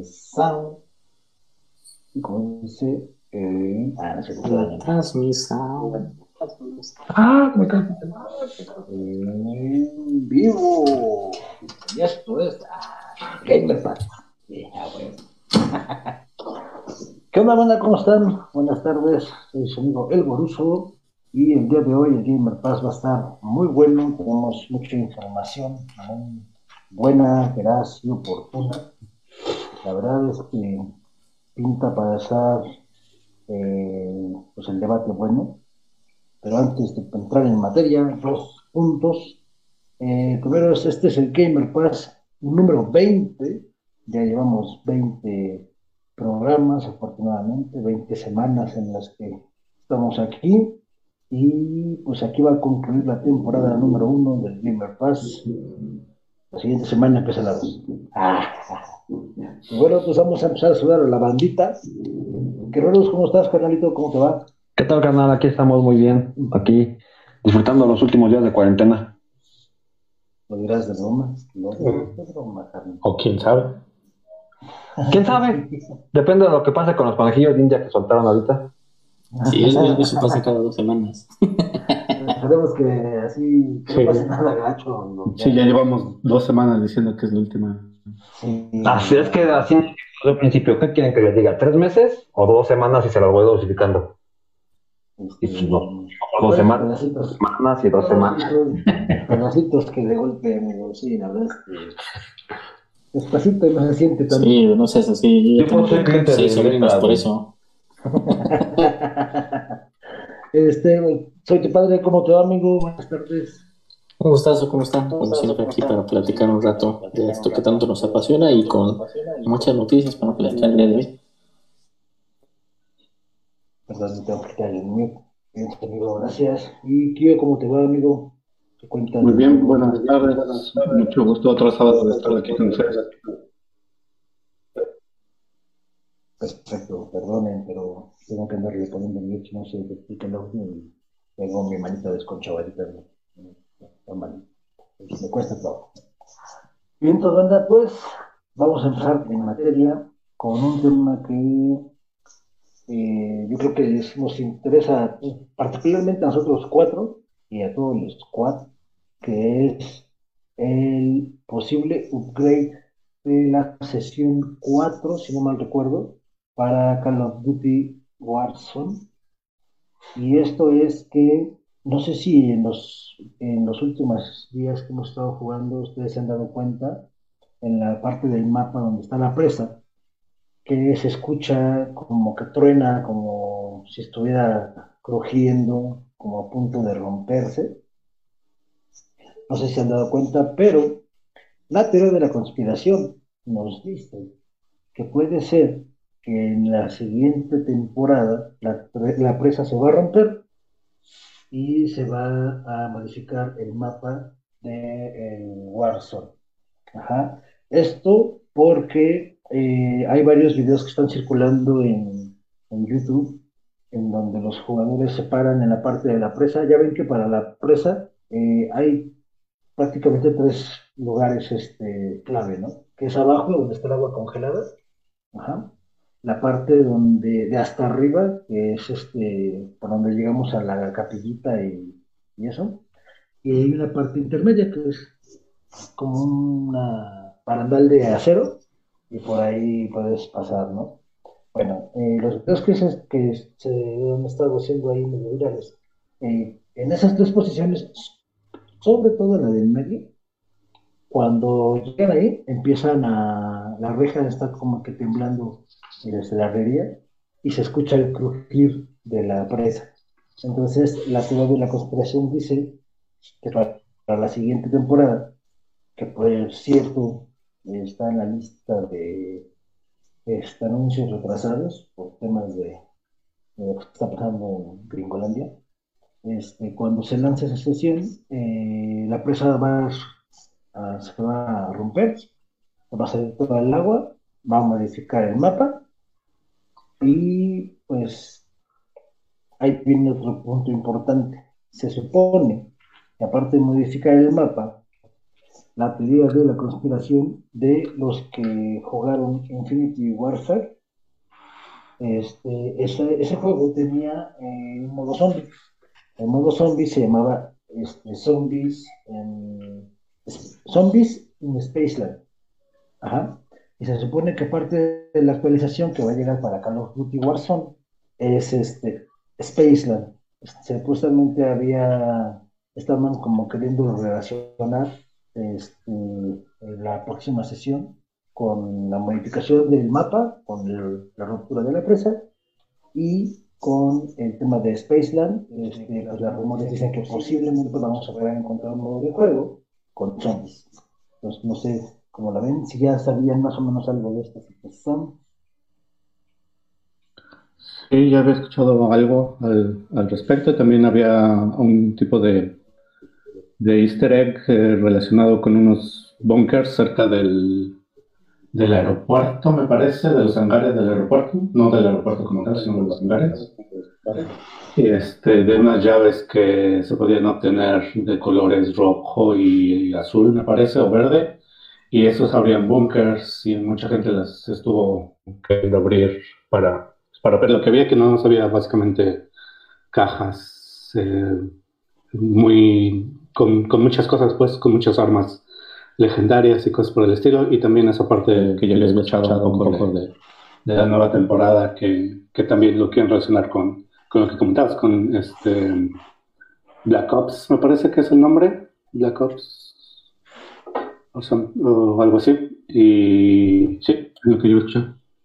Sound. Y como dice, no sé qué La transmisión. me cae en vivo. Y esto es Gamer Pass. Bueno. ¿Qué onda, banda? ¿Cómo están? Buenas tardes. Soy su amigo El Goruso. Y el día de hoy el Gamer Pass va a estar muy bueno. Tenemos mucha información muy buena, veraz y oportuna. La verdad es que pinta para estar pues el debate bueno. Pero antes de entrar en materia, dos puntos. Primero, este es el Gamer Pass número 20. Ya llevamos 20 programas, afortunadamente, 20 semanas en las que estamos aquí. Y pues aquí va a concluir la temporada número 1 del Gamer Pass. La siguiente semana empieza la 2. Y bueno, pues vamos a empezar a saludar a la bandita. Guerreros, ¿cómo estás, carnalito? ¿Cómo te va? ¿Qué tal, carnal? Aquí estamos muy bien. Aquí disfrutando los últimos días de cuarentena. Lo dirás de broma. Lo dirás de broma, carnal. O quién sabe. ¿Quién sabe? Depende de lo que pase con los conejillos ninja que soltaron ahorita. Sí, eso pasa cada 2 semanas. Esperemos que así, que no pase Sí. nada gacho. Sí, ya llevamos 2 semanas diciendo que es la última. Sí, Así es que así desde el principio, ¿qué quieren que les diga? ¿3 meses o 2 semanas y se los voy dosificando? Y este, pues dos bueno, semanas, pedacitos, semanas y 2 semanas. pedacitos que de golpe, amigo. Sí, la verdad es que despacito y no se siente tanto. Sí, no seas así. Yo Yo ya pues soy tengo cliente de 6 sobrinos Electra, por güey. eso. Soy tu padre, ¿cómo te va, amigo? Buenas tardes. Un gustazo, ¿cómo están? Como siempre, aquí para platicar un rato de esto que tanto nos apasiona y con muchas noticias para platicar el día de hoy. Perdón, me tengo que quitar el mío. Bien, amigo, gracias. Y Kio, ¿cómo te va, amigo? ¿Qué cuentas Muy de bien, nuevo? buenas tardes. Mucho gusto otro sábado de estar aquí con ustedes. Perfecto, perdonen, pero tengo que andarle poniendo mute, no sé, te explica el audio y tengo mi manita desconchavadita, ¿no? Está mal. Pues me cuesta trabajo. Bien, entonces, banda, pues vamos a empezar en materia con un tema que yo creo que nos interesa particularmente a nosotros cuatro y a todos los squad, que es el posible upgrade de la sesión 4 si no mal recuerdo, para Call of Duty Warzone. Y esto es que, no sé si en los últimos días que hemos estado jugando, ustedes se han dado cuenta, en la parte del mapa donde está la presa, que se escucha como que truena, como si estuviera crujiendo, como a punto de romperse. No sé si se han dado cuenta, pero la teoría de la conspiración nos dice que puede ser que en la siguiente temporada la presa se va a romper y se va a modificar el mapa de Warzone. Ajá. Esto porque hay varios videos que están circulando en YouTube en donde los jugadores se paran en la parte de la presa. Ya ven que para la presa hay prácticamente tres lugares clave, ¿no? Que es abajo, donde está el agua congelada. Ajá. La parte de hasta arriba, que es por donde llegamos a la capillita y eso. Y hay una parte intermedia, que es como una barandal de acero, y por ahí puedes pasar, ¿no? Bueno, los videos que se han estado haciendo ahí medio virales, en esas tres posiciones, sobre todo en la del medio, cuando llegan ahí, la reja está como que temblando desde la herrería y se escucha el crujir de la presa. Entonces, la teoría de la conspiración dice que para la siguiente temporada, que por cierto está en la lista de anuncios retrasados por temas de lo que está pasando en Gringolandia, cuando se lance esa sesión, la presa se va a romper, va a salir toda el agua, va a modificar el mapa y pues ahí viene otro punto importante. Se supone que aparte de modificar el mapa, la teoría de la conspiración de los que jugaron Infinity Warfare. Ese juego tenía un modo zombie. El modo zombie se llamaba Zombies in Spaceland. Ajá. Y se supone que parte de la actualización que va a llegar para Call of Duty Warzone es Spaceland. Supuestamente estaban como queriendo relacionar la próxima sesión con la modificación del mapa, con la ruptura de la presa y con el tema de Spaceland. Pues las rumores dicen que posiblemente vamos a poder encontrar un modo de juego con zombies. Entonces, no sé cómo la ven, si ya sabían más o menos algo de esta situación. Sí, ya había escuchado algo al respecto. También había un tipo de Easter egg relacionado con unos bunkers cerca del aeropuerto, me parece, de los hangares del aeropuerto, no del aeropuerto como tal, sino de los hangares. Y de unas llaves que se podían obtener de colores rojo y azul, me parece, o verde. Y esos abrían bunkers y mucha gente las estuvo queriendo abrir para ver lo que había, que no había básicamente cajas con muchas cosas, pues, con muchas armas legendarias y cosas por el estilo, y también esa parte que yo les había echado un poco de la nueva temporada, que también lo quieren relacionar con lo que comentabas, con Black Ops, me parece que es el nombre, Black Ops, o algo así, y sí, es lo que yo escuché.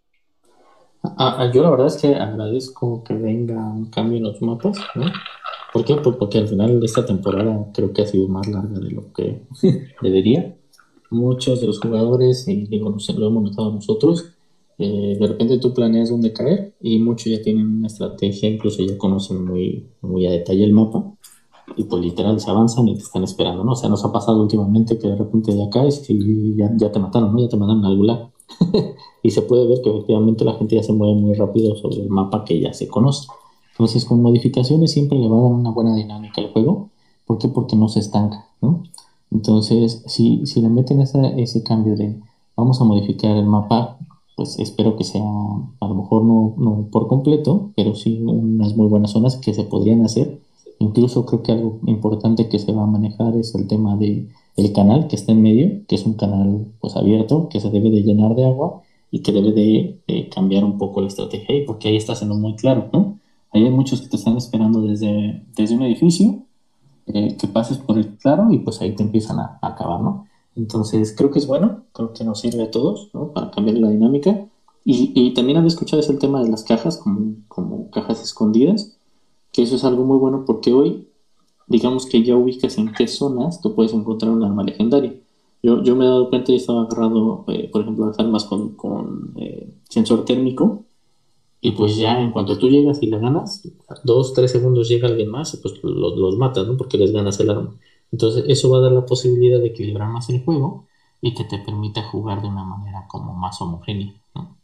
Yo la verdad es que agradezco que venga un cambio en los mapas, ¿no? ¿Por qué? Pues porque al final de esta temporada creo que ha sido más larga de lo que debería. Muchos de los jugadores, y digo, no sé, lo hemos notado nosotros, de repente tú planeas dónde caer y muchos ya tienen una estrategia, incluso ya conocen muy, muy a detalle el mapa y pues literal se avanzan y te están esperando, ¿no? O sea, nos ha pasado últimamente que de repente ya caes y ya te mataron, ¿no? Ya te mandaron al gulag. Y se puede ver que efectivamente la gente ya se mueve muy rápido sobre el mapa que ya se conoce. Entonces, con modificaciones siempre le va a dar una buena dinámica al juego. ¿Por qué? Porque no se estanca, ¿no? Entonces, si le meten ese cambio de vamos a modificar el mapa, pues espero que sea, a lo mejor no por completo, pero sí unas muy buenas zonas que se podrían hacer. Incluso creo que algo importante que se va a manejar es el tema de el canal que está en medio, que es un canal pues abierto, que se debe de llenar de agua y que debe de cambiar un poco la estrategia ahí, porque ahí está siendo muy claro, ¿no? Ahí hay muchos que te están esperando desde un edificio, que pases por el claro y pues ahí te empiezan a acabar, ¿no? Entonces creo que es bueno, creo que nos sirve a todos, ¿no? Para cambiar la dinámica. Y también había escuchado ese el tema de las cajas como cajas escondidas, que eso es algo muy bueno porque hoy digamos que ya ubicas en qué zonas tú puedes encontrar un arma legendaria. Yo me he dado cuenta y estaba agarrado, por ejemplo, las armas con sensor térmico, y pues ya en cuanto tú llegas y le ganas, 2, 3 segundos llega alguien más y pues los matas, ¿no? Porque les ganas el arma. Entonces eso va a dar la posibilidad de equilibrar más el juego y que te permita jugar de una manera como más homogénea, ¿no?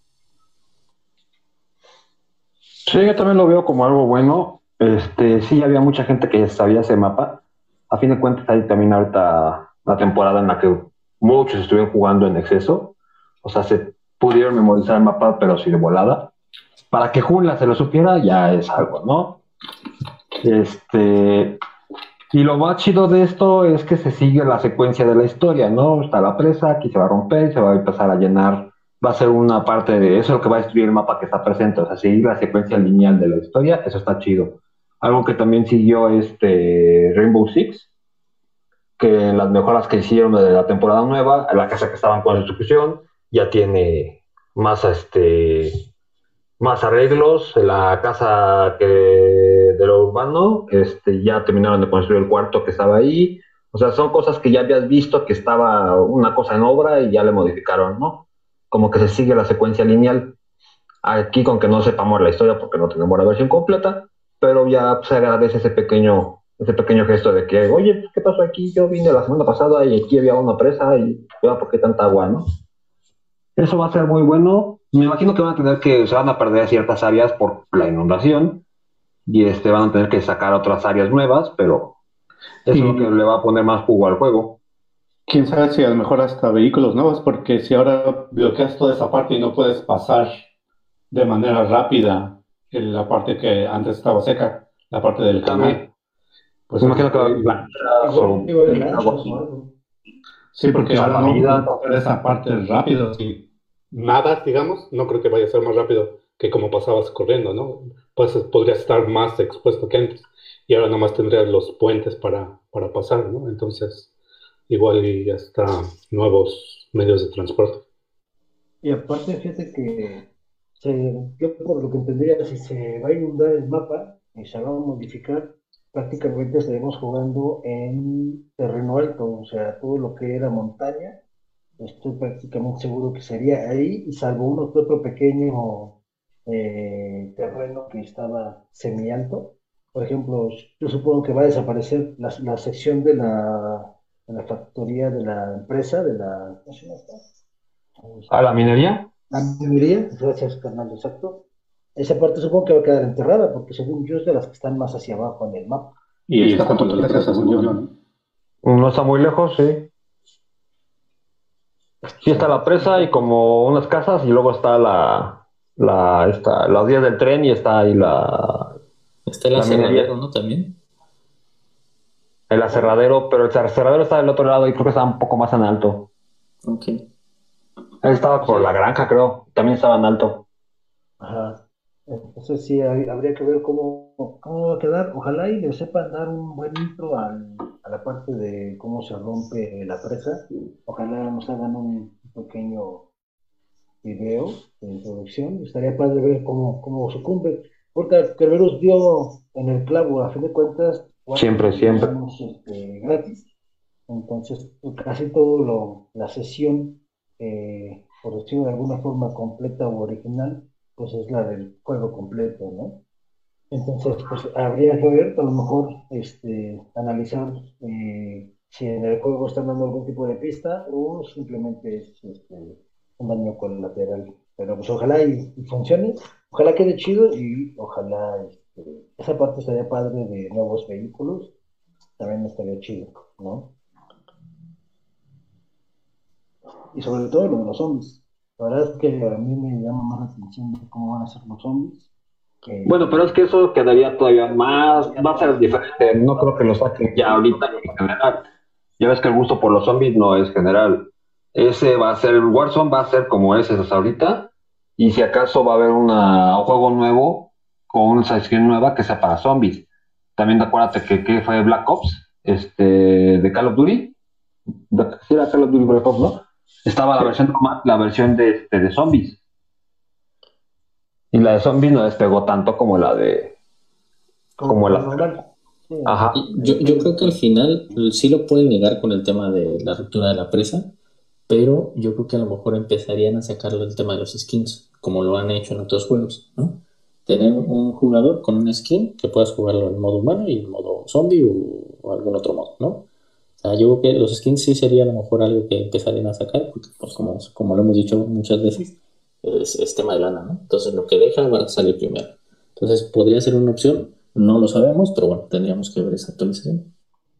Sí, yo también lo veo como algo bueno. Sí, había mucha gente que ya sabía ese mapa. A fin de cuentas, hay también ahorita la temporada en la que muchos estuvieron jugando en exceso. O sea, se pudieron memorizar el mapa, pero sí de volada. Para que Jula se lo supiera, ya es algo, ¿no? Y lo más chido de esto es que se sigue la secuencia de la historia, ¿no? Está la presa, aquí se va a romper, se va a empezar a llenar, va a ser una parte de eso lo que va a destruir el mapa que está presente, o sea, seguir la secuencia lineal de la historia, eso está chido. Algo que también siguió Rainbow Six, que en las mejoras que hicieron de la temporada nueva, la casa que estaba en construcción ya tiene más más arreglos. En la casa de lo urbano, ya terminaron de construir el cuarto que estaba ahí. O sea, son cosas que ya habías visto que estaba una cosa en obra y ya le modificaron, ¿no? Como que se sigue la secuencia lineal. Aquí con que no sepamos la historia porque no tenemos la versión completa, pero ya se agradece ese pequeño gesto de que, oye, pues, ¿qué pasó aquí? Yo vine la semana pasada y aquí había una presa y vea por qué tanta agua, ¿no? Eso va a ser muy bueno. Me imagino que van a tener se van a perder ciertas áreas por la inundación y van a tener que sacar otras áreas nuevas, pero eso es lo que le va a poner más jugo al juego. quién sabe si a lo mejor hasta vehículos nuevos, porque si ahora bloqueas toda esa parte y no puedes pasar de manera rápida en la parte que antes estaba seca, la parte del También, canal, pues me a lo imagino que va a mejor haber lanchas Igual, o igual algo lanchas o así. algo. sí, porque ahora no puedes Salvavidas. pasar esa parte rápido. Si nadas, digamos, no creo que vaya a ser más rápido que como pasabas corriendo, ¿no? Pues podrías estar más expuesto que antes. Y ahora nomás tendrías los puentes para pasar, ¿no? Entonces, igual y hasta nuevos medios de transporte. Y aparte, fíjate que yo por lo que entendería, si se va a inundar el mapa y se va a modificar, prácticamente estaremos jugando en terreno alto, o sea, todo lo que era montaña, estoy prácticamente seguro que sería ahí, y salvo uno que otro pequeño terreno que estaba semialto. Por ejemplo, yo supongo que va a desaparecer la sección de la factoría de la empresa, de la, ¿cómo se llama esta? ¿A la minería? La minería, gracias, carnal, exacto. Esa parte supongo que va a quedar enterrada, porque según yo es de las que están más hacia abajo en el mapa. Y está junto a la casa, según yo, ¿no? No está muy lejos, sí. Sí está la presa y como unas casas y luego está las vías del tren y está ahí Está el la aserradero, minería, ¿no? También. el aserradero, pero el aserradero está del otro lado y creo que está un poco más en alto. Ok. Él estaba por la granja, creo, también estaba en alto. Ajá. Entonces sí, habría que ver cómo va a quedar. Ojalá y le sepan dar un buen intro a la parte de cómo se rompe la presa. Ojalá nos hagan un pequeño video de introducción. Estaría padre ver cómo sucumbe. Porque Kerberos dio en el clavo, a fin de cuentas, Siempre, siempre. digamos, gratis. Entonces, casi todo la sesión, por decirlo de alguna forma completa o original, pues es la del juego completo, ¿no? Entonces, pues habría que ver, a lo mejor, analizar si en el juego están dando algún tipo de pista o simplemente es un daño colateral. Pero pues ojalá y funcione, ojalá quede chido y ojalá esa parte estaría padre de nuevos vehículos, también estaría chido, ¿no? Y sobre todo lo de los zombies. La verdad es que a mí me llama más la atención de cómo van a ser los zombies. Bueno, pero es que eso quedaría todavía más, va a ser diferente. No creo que lo saquen ya ahorita y en general. Ya ves que el gusto por los zombies no es general. Ese va a ser, el Warzone va a ser como ese hasta ahorita. Y si acaso va a haber un juego nuevo con una sección nueva que sea para zombies. También acuérdate que fue Black Ops, de Call of Duty. Sí, era Call of Duty Black Ops, ¿no? Estaba la Sí. versión normal, la versión de zombies. Y la de zombies no despegó tanto como la de, Como como la la, normal. Sí, ajá. Y yo creo que al final sí lo pueden negar con el tema de la ruptura de la presa, pero yo creo que a lo mejor empezarían a sacarlo el tema de los skins, como lo han hecho en otros juegos, ¿no? Tener un jugador con un skin que puedas jugarlo en modo humano y en modo zombie o algún otro modo, ¿no? O sea, yo creo que los skins sí sería a lo mejor algo que empezarían a sacar, porque pues como lo hemos dicho muchas veces, es tema de lana, ¿no? Entonces lo que deja va a salir primero. Entonces podría ser una opción, no lo sabemos, pero bueno, tendríamos que ver esa actualización.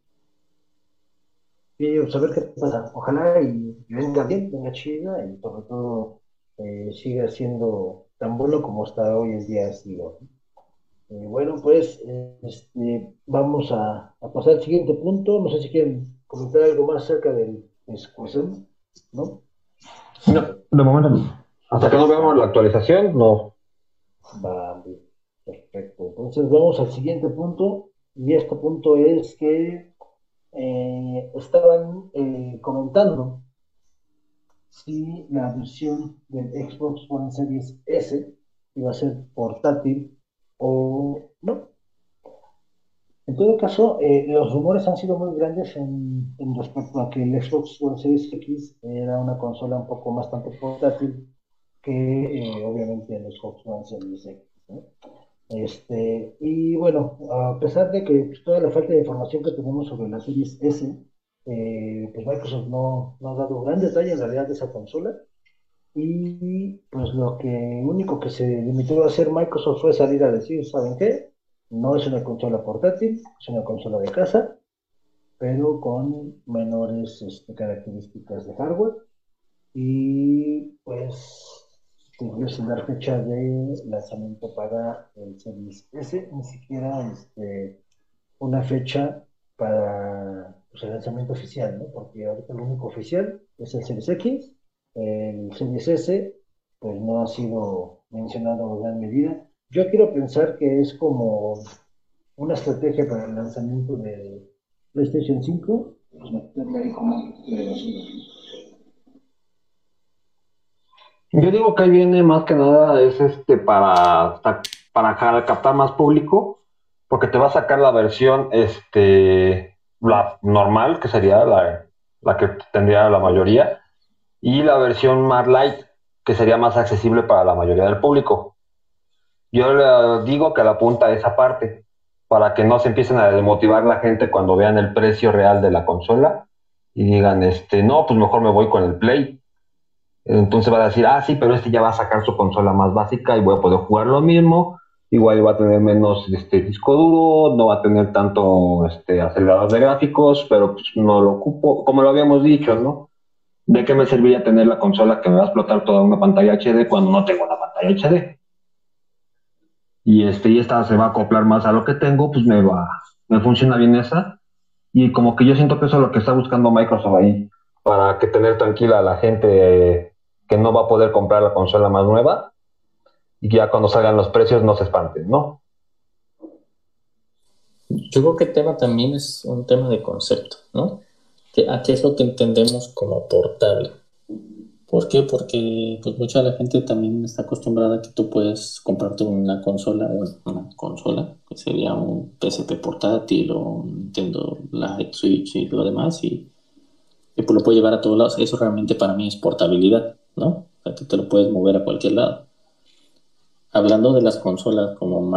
sí, pues a ver qué pasa. Ojalá y venga bien, venga chida y sobre todo siga siendo tan bueno como hasta hoy en día ha sido. Bueno, pues vamos a pasar al siguiente punto. No sé si quieren comentar algo más acerca del Squeeze, ¿no? No, de momento no. Hasta que no veamos la actualización, no. Va, bien, perfecto. Entonces vamos al siguiente punto y este punto es que estaban comentando si la versión del Xbox One Series S iba a ser portátil o no. En todo caso, los rumores han sido muy grandes en respecto a que el Xbox One Series X era una consola un poco más tanto portátil que obviamente el Xbox One Series X, ¿no? Y bueno, a pesar de que pues, toda la falta de información que tenemos sobre la Series S, pues Microsoft no ha dado gran detalle en realidad de esa consola. Y pues lo que único que se limitó a hacer Microsoft fue salir a decir, ¿saben qué? No es una consola portátil, es una consola de casa. pero con menores características de hardware. Y pues tengo sin dar fecha de lanzamiento para el Series S, ni siquiera una fecha para pues, el lanzamiento oficial, ¿no? Porque ahorita lo único oficial es el Series X, el Series S, pues no ha sido mencionado en gran medida. Yo quiero pensar que es como una estrategia para el lanzamiento de PlayStation 5, pues meterle ahí como Yo digo que ahí viene más que nada es para captar más público, porque te va a sacar la versión la normal, que sería la que tendría la mayoría, y la versión más light, que sería más accesible para la mayoría del público. Yo le digo que la apunta a esa parte, para que no se empiecen a desmotivar la gente cuando vean el precio real de la consola y digan, no, pues mejor me voy con el Play. Entonces va a decir, sí, pero ya va a sacar su consola más básica y voy a poder jugar lo mismo. Igual va a tener menos disco duro, no va a tener tanto acelerador de gráficos, pero pues no lo ocupo, como lo habíamos dicho, ¿no? ¿De qué me serviría tener la consola que me va a explotar toda una pantalla HD cuando no tengo una pantalla HD? Y esta se va a acoplar más a lo que tengo, pues me funciona bien esa. Y como que yo siento que eso es lo que está buscando Microsoft ahí, para que tener tranquila a la gente que no va a poder comprar la consola más nueva y que ya cuando salgan los precios no se espanten, ¿no? Yo creo que el tema también es un tema de concepto, ¿no? ¿A qué es lo que entendemos como portable? ¿Por qué? Porque pues mucha de la gente también está acostumbrada a que tú puedes comprarte una consola, que sería un PSP portátil o un Nintendo Lite, Switch y lo demás, y pues lo puedes llevar a todos lados. Eso realmente para mí es portabilidad, ¿no? O sea, que te lo puedes mover a cualquier lado. Hablando de las consolas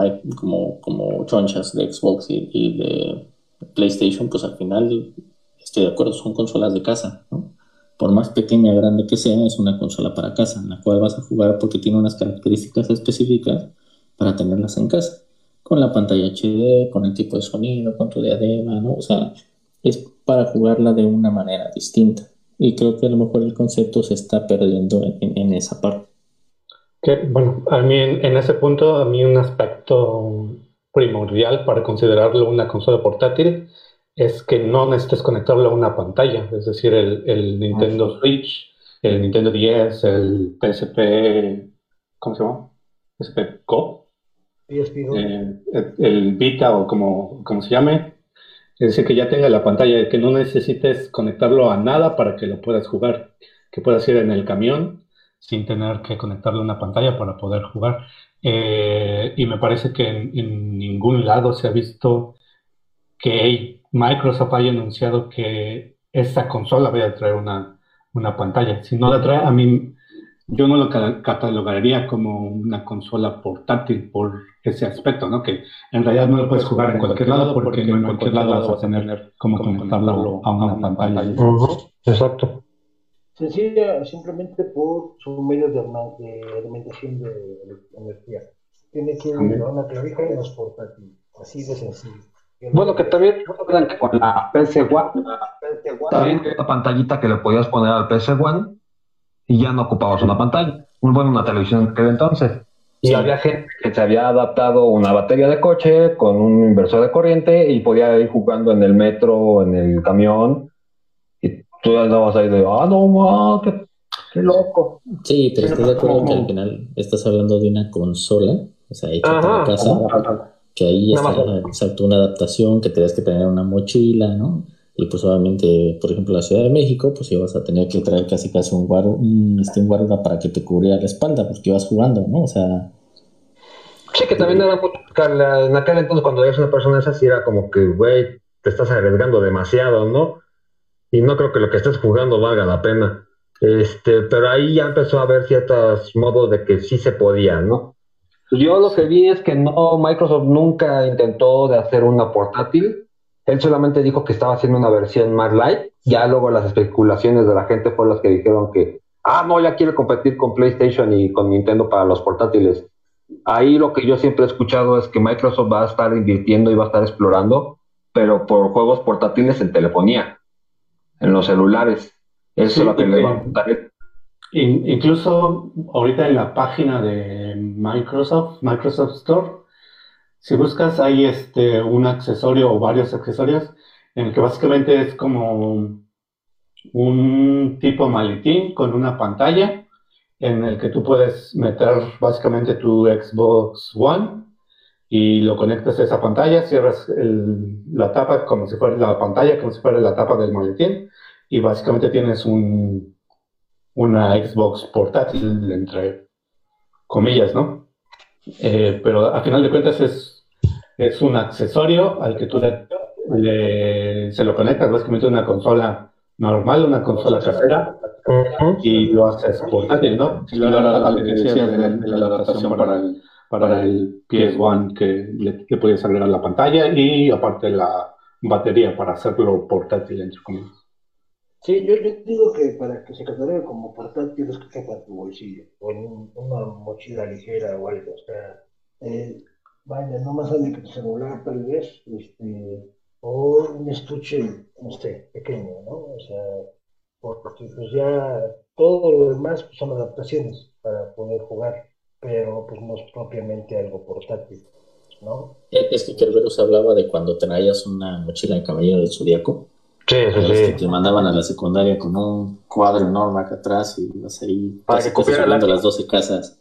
como chonchas de Xbox y de PlayStation, pues al final estoy de acuerdo, son consolas de casa, ¿no? Por más pequeña o grande que sea, es una consola para casa, en la cual vas a jugar porque tiene unas características específicas para tenerlas en casa, con la pantalla HD, con el tipo de sonido, con tu diadema, ¿no? O sea, es para jugarla de una manera distinta. Y creo que a lo mejor el concepto se está perdiendo en esa parte. Bueno, a mí en ese punto, a mí un aspecto primordial para considerarlo una consola portátil es que no necesites conectarlo a una pantalla, es decir, el Nintendo Switch, el Nintendo 10, el PSP, ¿cómo se llama? PSP Go, PSP Go. el Vita o como se llame, es decir, que ya tenga la pantalla, que no necesites conectarlo a nada para que lo puedas jugar, que puedas ir en el camión sin tener que conectarle una pantalla para poder jugar. Y me parece que en ningún lado se ha visto que Microsoft haya anunciado que esa consola vaya a traer una pantalla. Si no la trae, a mí, yo no lo catalogaría como una consola portátil por ese aspecto, ¿no? Que en realidad no lo puedes jugar en cualquier lado porque no en cualquier lado vas a tener cómo conectarlo a una pantalla. Exacto. Sencilla, simplemente por su medio de alimentación de energía. Tiene que ir a una clavija y los portátiles. Así de sencillo. Bueno, que también recuerdan que con la PC One también había una pantallita que le podías poner al PC One y ya no ocupabas una pantalla. Una televisión en aquel entonces. Y Sí. había gente que se había adaptado una batería de coche con un inversor de corriente y podía ir jugando en el metro, en el camión. Y tú andabas ahí de, no, qué loco. Sí, pero estoy de acuerdo que al final estás hablando de una consola, o sea, hecha para casa, que ahí está, exacto, una adaptación, que tenías que tener una mochila, ¿no? Y pues obviamente, por ejemplo, la Ciudad de México, pues ibas a tener que traer casi un guarda para que te cubriera la espalda, porque ibas jugando, ¿no? O sea... Sí, que también era mucho, en aquel entonces cuando eres una persona esa, sí era como que, güey, te estás arriesgando demasiado, ¿no? Y no creo que lo que estés jugando valga la pena. Pero ahí ya empezó a haber ciertos modos de que sí se podía, ¿no? Yo lo que vi es que no, Microsoft nunca intentó de hacer una portátil. Él solamente dijo que estaba haciendo una versión más light. Ya luego las especulaciones de la gente fueron las que dijeron que, no, ya quiere competir con PlayStation y con Nintendo para los portátiles. Ahí lo que yo siempre he escuchado es que Microsoft va a estar invirtiendo y va a estar explorando pero por juegos portátiles en telefonía, en los celulares. Eso es Sí, lo que le va a gustar. incluso ahorita en la página de Microsoft Store, si buscas hay un accesorio o varios accesorios en el que básicamente es como un tipo maletín con una pantalla en el que tú puedes meter básicamente tu Xbox One y lo conectas a esa pantalla, cierras la tapa como si fuera la pantalla, como si fuera la tapa del maletín y básicamente tienes una Xbox portátil, entre comillas, ¿no? Pero a final de cuentas es un accesorio al que tú se lo conectas, básicamente una consola normal, una consola casera, y lo haces portátil, ¿no? Similar a lo que decías de la adaptación para el PS1, que le podías agregar la pantalla y aparte la batería para hacerlo portátil, entre comillas. Sí, yo digo que para que se catalogue como portátil es que quepa en tu bolsillo o en una mochila ligera o algo. O sea, vaya, no más sale que tu celular tal vez, o un estuche, no sé, pequeño, ¿no? O sea, porque pues ya todo lo demás pues, son adaptaciones para poder jugar, pero pues no es propiamente algo portátil, ¿no? Es que Kerberos hablaba de cuando traías una mochila de Caballero del Zodíaco. Sí, A los que sí, te sí. mandaban a la secundaria con un cuadro enorme acá atrás y ibas ahí Para casi que casi cupiera el subiendo lápiz. las 12 casas.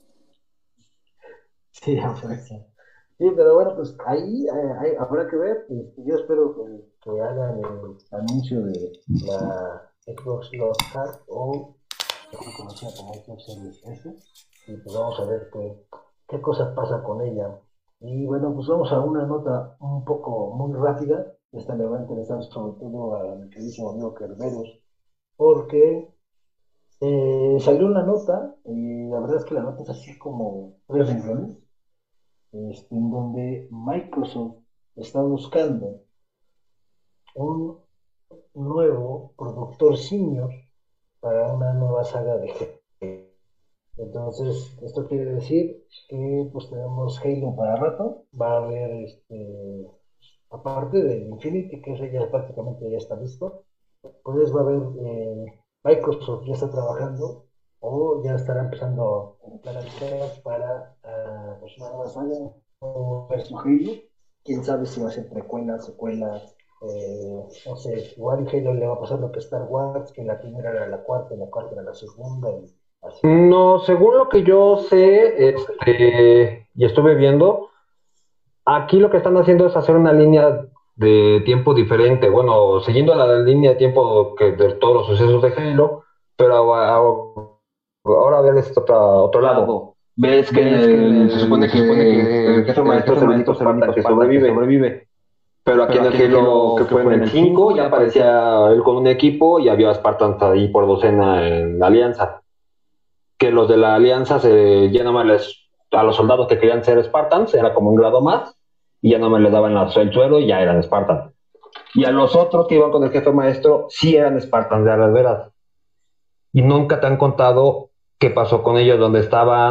Sí, a fuerza. Sí, pero bueno, pues ahí habrá que ver. Yo espero que hagan el anuncio de la Xbox Lost Card o mejor conocida como Xbox Series S. Y pues vamos a ver qué cosas pasa con ella. Y bueno, pues vamos a una nota un poco muy rápida. Esta le va a interesar sobre todo a mi queridísimo amigo Kerberos, porque salió una nota y la verdad es que la nota es así como tres renglones en donde Microsoft está buscando un nuevo productor senior para una nueva saga de Halo. Entonces, esto quiere decir que pues tenemos Halo para rato, va a haber aparte del Infinity, que ese ya prácticamente ya está listo, pues va a haber Microsoft ya está trabajando o ya estará empezando a entrar ideas para pues una nueva saga o ver su Halo. Quién sabe si va a ser precuela, secuela, no sé, igual Halo le va a pasar lo que Star Wars, que la primera era la cuarta y la cuarta era la segunda y así. No, según lo que yo sé, y estuve viendo, aquí lo que están haciendo es hacer una línea de tiempo diferente. Bueno, siguiendo la línea de tiempo de todos los sucesos de Halo, pero ahora ver este otro lado. Ves que se supone que el jefe maestro es el único Spartan que sobrevive. Pero aquí en el Halo que fue en el 5 ya aparecía él con un equipo y había Spartans ahí por docena en la Alianza. Que los de la Alianza ya no a los soldados que querían ser Spartans era como un grado más y ya no me les daban el suelo y ya eran Spartans. Y a los otros que iban con el jefe maestro sí eran Spartans de las veras. Y nunca te han contado qué pasó con ellos, dónde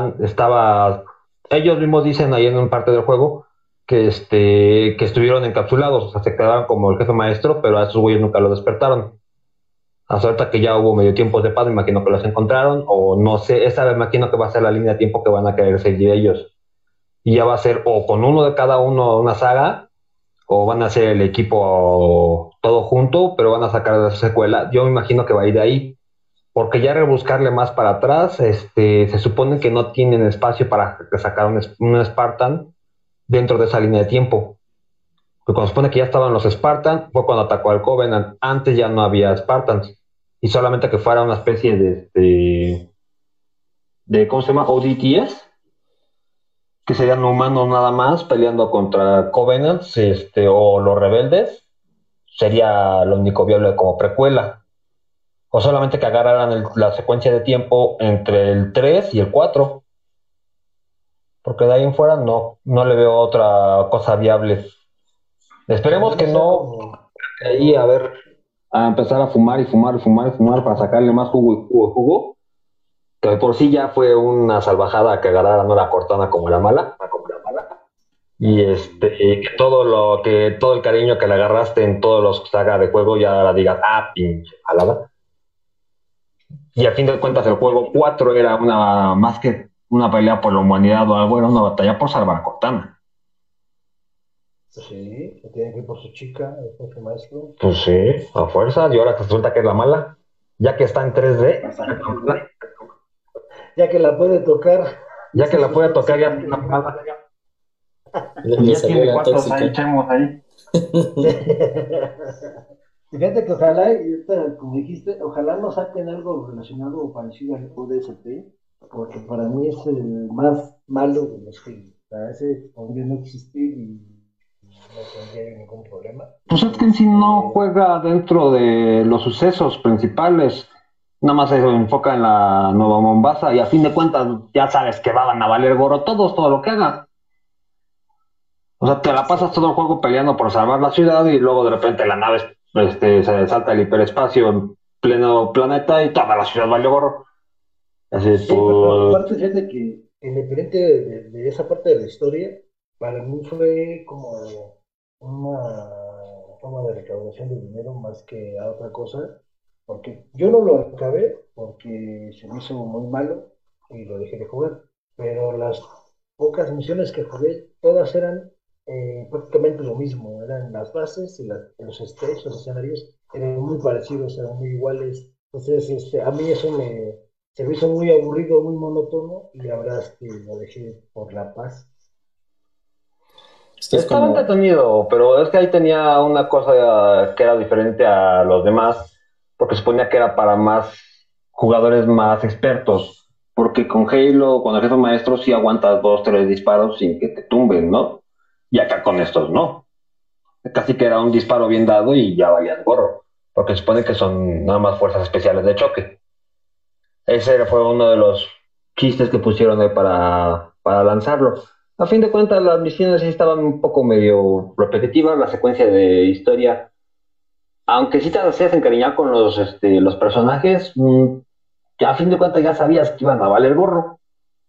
ellos mismos dicen ahí en un parte del juego que estuvieron encapsulados, o sea, se quedaron como el jefe maestro, pero a esos güeyes nunca lo despertaron. Hasta ahorita que ya hubo medio tiempos de paz, me imagino que los encontraron, o no sé, esa me imagino que va a ser la línea de tiempo que van a querer seguir ellos. Y ya va a ser o con uno de cada uno una saga, o van a hacer el equipo todo junto, pero van a sacar de esa secuela. Yo me imagino que va a ir de ahí, porque ya rebuscarle más para atrás, se supone que no tienen espacio para sacar un Spartan dentro de esa línea de tiempo. Porque cuando se supone que ya estaban los Spartans, fue cuando atacó al Covenant. Antes ya no había Spartans. Y solamente que fuera una especie de ¿cómo se llama? ODTs, que serían humanos nada más peleando contra Covenants, o los rebeldes, sería lo único viable como precuela. O solamente que agarraran la secuencia de tiempo entre el 3 y el 4. Porque de ahí en fuera no le veo otra cosa viable. Esperemos Podría que ser no, como, ahí a ver, a empezar a fumar y fumar y fumar y fumar para sacarle más jugo y jugo y jugo, que por sí ya fue una salvajada que agarraran a la Cortana como la mala. y que todo el cariño que le agarraste en todos los saga de juego ya ahora digas, ah, pinche jalada. Y a fin de cuentas el juego 4 era una más que una pelea por la humanidad o algo, era una batalla por salvar a Cortana. Sí, se tiene que ir por su chica, por su maestro. Pues sí, a fuerza, y ahora resulta que es la mala, ya que está en 3D, Ya que la puede tocar, ya que dice la su puede tocar ya es tóxica. la mala, y Le ya salió tiene la cuatro ahí, tóxica. chemos ahí. Fíjate que ojalá, y ahorita, como dijiste, ojalá no saquen algo relacionado o parecido al ODST, porque para mí es el más malo de los que, o sea, ese podría no existir y no tendría ningún problema. Pues es que en sí no juega dentro de los sucesos principales, nada más se enfoca en la Nueva Mombasa y a fin de cuentas ya sabes que van a valer gorro todos, todo lo que hagas. O sea, te la pasas todo el juego peleando por salvar la ciudad y luego de repente la nave se salta el hiperespacio en pleno planeta y toda la ciudad vale gorro. Así, Sí, pero pues, aparte, fíjate que independiente de esa parte de la historia, para mí fue como una forma de recaudación de dinero más que a otra cosa, porque yo no lo acabé porque se me hizo muy malo y lo dejé de jugar, pero las pocas misiones que jugué, todas eran prácticamente lo mismo, eran las bases y los stages, los escenarios, eran muy parecidos, eran muy iguales. Entonces, a mí eso se me hizo muy aburrido, muy monótono y la verdad es que lo dejé por la paz. Es que es estaba como, entretenido, pero es que ahí tenía una cosa que era diferente a los demás, porque suponía que era para más jugadores más expertos, porque con Halo, cuando eres un maestro, sí aguantas dos, tres disparos sin que te tumben, ¿no? Y acá con estos no. Casi que era un disparo bien dado y ya valías gorro, porque se supone que son nada más fuerzas especiales de choque. Ese fue uno de los chistes que pusieron ahí para lanzarlo. A fin de cuentas, las misiones sí estaban un poco medio repetitivas, la secuencia de historia, aunque sí te hacías encariñar con los personajes, a fin de cuentas ya sabías que iban a valer gorro.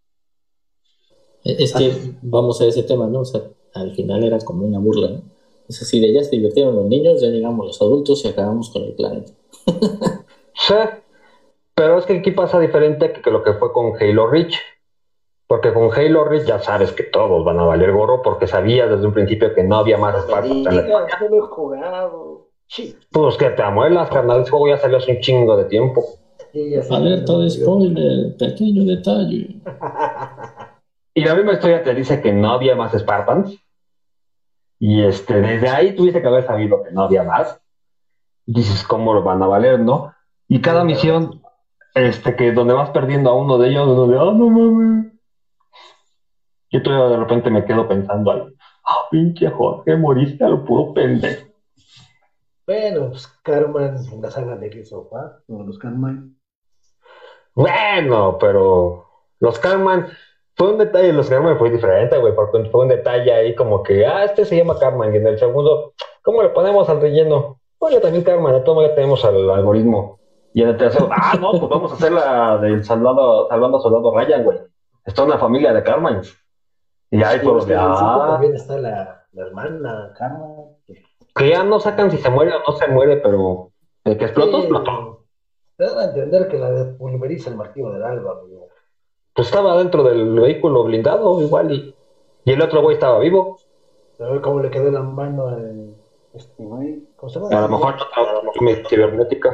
es que vamos a ese tema, ¿no? O sea, al final era como una burla, ¿no? Es así, de ya se divirtieron los niños, ya llegamos los adultos y acabamos con el planeta. Sí, pero es que aquí pasa diferente que lo que fue con Halo Reach. Porque con Halo Reach ya sabes que todos van a valer gorro porque sabías desde un principio que no había más No me Spartans en la digas, historia. no lo he jugado. Sí, Pues que te amuelas, carnal. Ese juego ya salió hace un chingo de tiempo. sí, ya sé, también Alerta lo de murió. spoiler, pequeño detalle. Y la misma historia te dice que no había más Spartans. Y desde ahí tuviste que haber sabido que no había más. Dices, ¿cómo lo van a valer, no? Y cada Sí, la verdad, misión, sí. que donde vas perdiendo a uno de ellos, uno de, no mames. Yo todavía de repente me quedo pensando ahí, pinche Jorge, moriste a lo puro pendejo. Bueno, pues Carmen en la saga de Gears of War, todos los Carmen. Bueno, pero los Carman, fue un detalle, los Carman fue diferente, güey, porque fue un detalle ahí como que, este se llama Carman, y en el segundo, ¿cómo le ponemos al relleno? Oye, también Carman, de todo modo ya tenemos al algoritmo. Y en el tercero, no, pues vamos a hacer la del salvando a soldado Ryan, güey. Está una familia de Carmines. Y ahí Sí, fue ves que donde, en el 5 también está la hermana Carmen. que ya no sacan si se muere o no se muere, pero el que explotó, explotó. Sí, te dan a entender que la de pulveriza el martillo del alba, amigo. Pues estaba dentro del vehículo blindado, igual, y el otro güey estaba vivo. A ver cómo le quedó la mano al este güey. ¿Cómo se llama? A lo Steve mejor Rogers. no cibernética.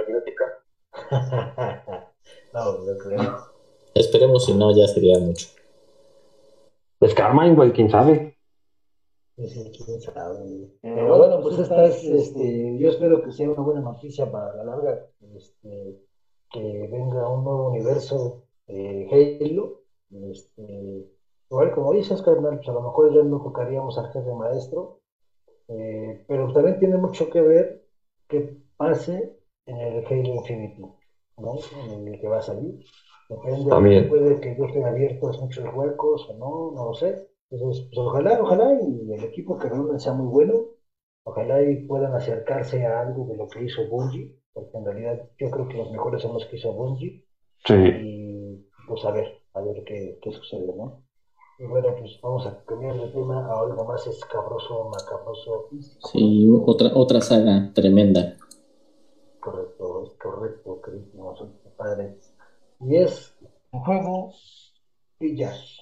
No, no creo. Esperemos si no, ya sería mucho. Es Carmine, güey, quién sabe. Sí, sí, quién sabe. Pero bueno, pues esta es, yo espero que sea una buena noticia para la larga, que venga un nuevo universo Halo. Igual como dices, carnal, pues a lo mejor ya no tocaríamos al jefe maestro, pero también tiene mucho que ver qué pase en el Halo Infinity, ¿no? En el que va a salir. Depende, También. puede que dejen abiertos muchos huecos o no, no lo sé. Entonces, pues ojalá, ojalá y el equipo que reúnen sea muy bueno. Ojalá y puedan acercarse a algo de lo que hizo Bungie, porque en realidad yo creo que los mejores son los que hizo Bungie. Sí. Y pues a ver qué sucede, ¿no? Y bueno, pues vamos a cambiar de tema a algo más escabroso, macabroso y Sí, psicológico. otra saga tremenda. Correcto, es correcto, querido padre. Y es un juego Village.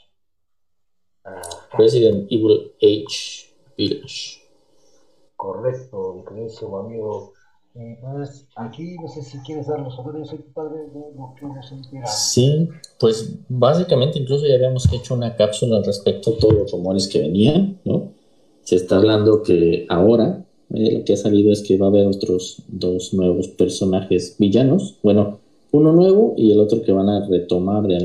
Ajá, Resident Evil H Village. correcto, mi queridísimo amigo. Entonces, aquí no sé si quieres dar los honores, soy tu padre, de lo que nos enteramos. Sí, pues básicamente incluso ya habíamos hecho una cápsula al respecto a todos los rumores que venían, ¿no? Se está hablando que ahora lo que ha salido es que va a haber otros dos nuevos personajes villanos. Bueno, uno nuevo y el otro que van a retomar de